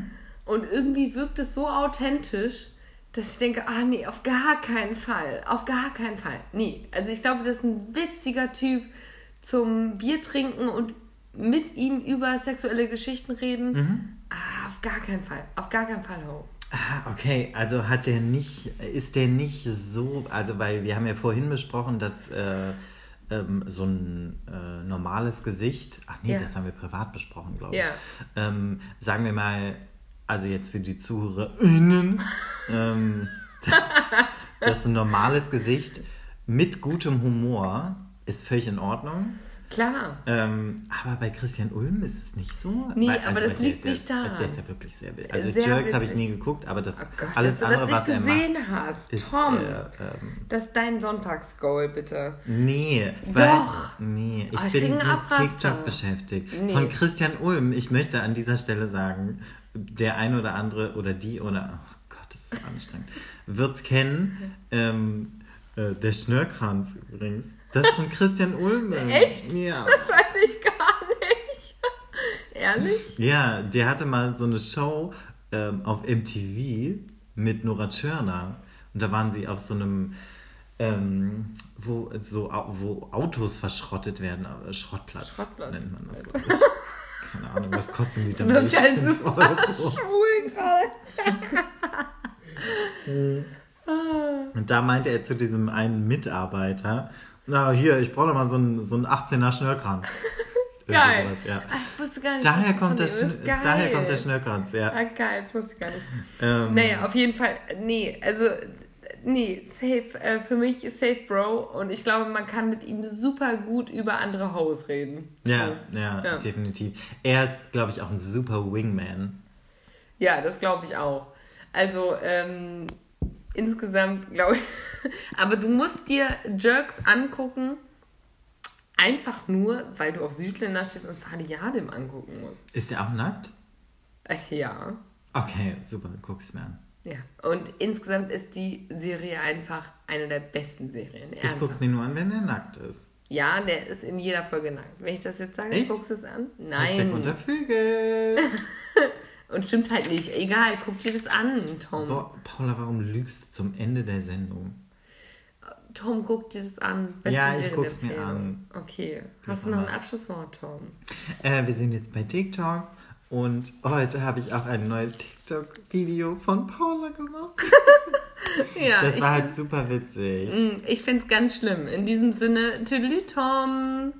S4: Und irgendwie wirkt es so authentisch, dass ich denke, ah nee, auf gar keinen Fall. Auf gar keinen Fall. Nee, also ich glaube, das ist ein witziger Typ zum Bier trinken und mit ihm über sexuelle Geschichten reden. Mhm. Ah, auf gar keinen Fall. Auf gar keinen Fall, ho.
S3: Ah, okay, also hat der nicht, ist der nicht so, also weil wir haben ja vorhin besprochen, dass äh, ähm, so ein äh, normales Gesicht, ach nee, ja. das haben wir privat besprochen, glaube ich.
S4: Ja.
S3: Ähm, sagen wir mal, also jetzt für die ZuhörerInnen, ähm, dass, dass ein normales Gesicht mit gutem Humor ist völlig in Ordnung.
S4: Klar.
S3: Ähm, aber bei Christian Ulm ist es nicht so.
S4: Nee,
S3: Weil,
S4: aber
S3: also,
S4: das liegt
S3: der
S4: nicht
S3: ja,
S4: daran.
S3: Der ist ja wirklich sehr wild. Also
S4: Sehr
S3: Jerks habe ich
S4: witzig.
S3: nie geguckt, aber das
S4: Oh Gott,
S3: alles
S4: dass
S3: andere,
S4: du das
S3: was
S4: nicht
S3: er
S4: gesehen
S3: macht,
S4: hast.
S3: ist,
S4: Tom,
S3: äh, ähm,
S4: das ist dein Sonntagsgoal, bitte.
S3: Nee. Weil,
S4: Doch.
S3: Nee, ich
S4: Oh, ich
S3: bin
S4: krieg
S3: mit
S4: einen Abraster.
S3: TikTok beschäftigt.
S4: Nee.
S3: Von Christian Ulm, ich möchte an dieser Stelle sagen, der ein oder andere oder die oder, oh Gott, das ist so anstrengend, wird's kennen. Ähm, äh, der Schnörkranz übrigens. Das ist von Christian Ulm.
S4: Echt?
S3: Ja.
S4: Das weiß ich gar nicht. Ehrlich?
S3: Ja, der hatte mal so eine Show ähm, auf M T V mit Nora Tschirner. Und da waren sie auf so einem, ähm, wo, so, wo Autos verschrottet werden. äh, Schrottplatz,
S4: Schrottplatz.
S3: nennt man das, glaube ich. Keine Ahnung, was kostet die
S4: Das
S3: dann?
S4: wirkt halt
S3: fünf
S4: super
S3: Euro.
S4: schwul gerade.
S3: Und da meinte er zu diesem einen Mitarbeiter, na hier, ich brauche doch mal so einen, so einen achtzehner Schnürkranz.
S4: Geil.
S3: Sowas, ja.
S4: Ach, ich wusste gar nicht.
S3: Daher
S4: dass
S3: kommt, der
S4: das von
S3: Schn-
S4: dem ist. Geil.
S3: daher kommt der Schnürkranz, ja.
S4: Ah, geil, das wusste ich gar nicht.
S3: Ähm,
S4: Naja, auf jeden Fall, nee, also, nee, safe, äh, für mich ist safe Bro und ich glaube, man kann mit ihm super gut über andere Hoes reden.
S3: Ja,
S4: So.
S3: ja,
S4: Ja.
S3: definitiv. Er ist, glaube ich, auch ein super Wingman.
S4: Ja, das glaube ich auch. Also, ähm, insgesamt glaube ich, aber du musst dir Jerks angucken, einfach nur, weil du auf Südländer stehst und Fadi Yadim angucken musst.
S3: Ist er auch nackt?
S4: Äh, ja,
S3: Okay, super, guck es mir an.
S4: ja. Und insgesamt ist die Serie einfach eine der besten Serien.
S3: Ich guck's mir nur an, wenn er nackt ist.
S4: Ja, der ist in jeder Folge nackt. Wenn ich das jetzt sage,
S3: Echt?
S4: guckst du es an?
S3: Hashtag
S4: Nein.
S3: unter Vögel.
S4: Und stimmt halt nicht. Egal, guck dir das an, Tom.
S3: Boah, Paula, warum lügst du zum Ende der Sendung?
S4: Tom, guck dir das an. Beste
S3: Ja, ich
S4: Serienempfehlung.
S3: guck's mir an.
S4: Okay. Hast du noch ein Abschlusswort, Tom?
S3: Äh, wir sind jetzt bei TikTok und heute habe ich auch ein neues TikTok-Video von Paula gemacht.
S4: Ja,
S3: Das
S4: ich
S3: war halt
S4: find-
S3: super witzig.
S4: Mm, Ich finde es ganz schlimm. In diesem Sinne, Tüdelü, Tom.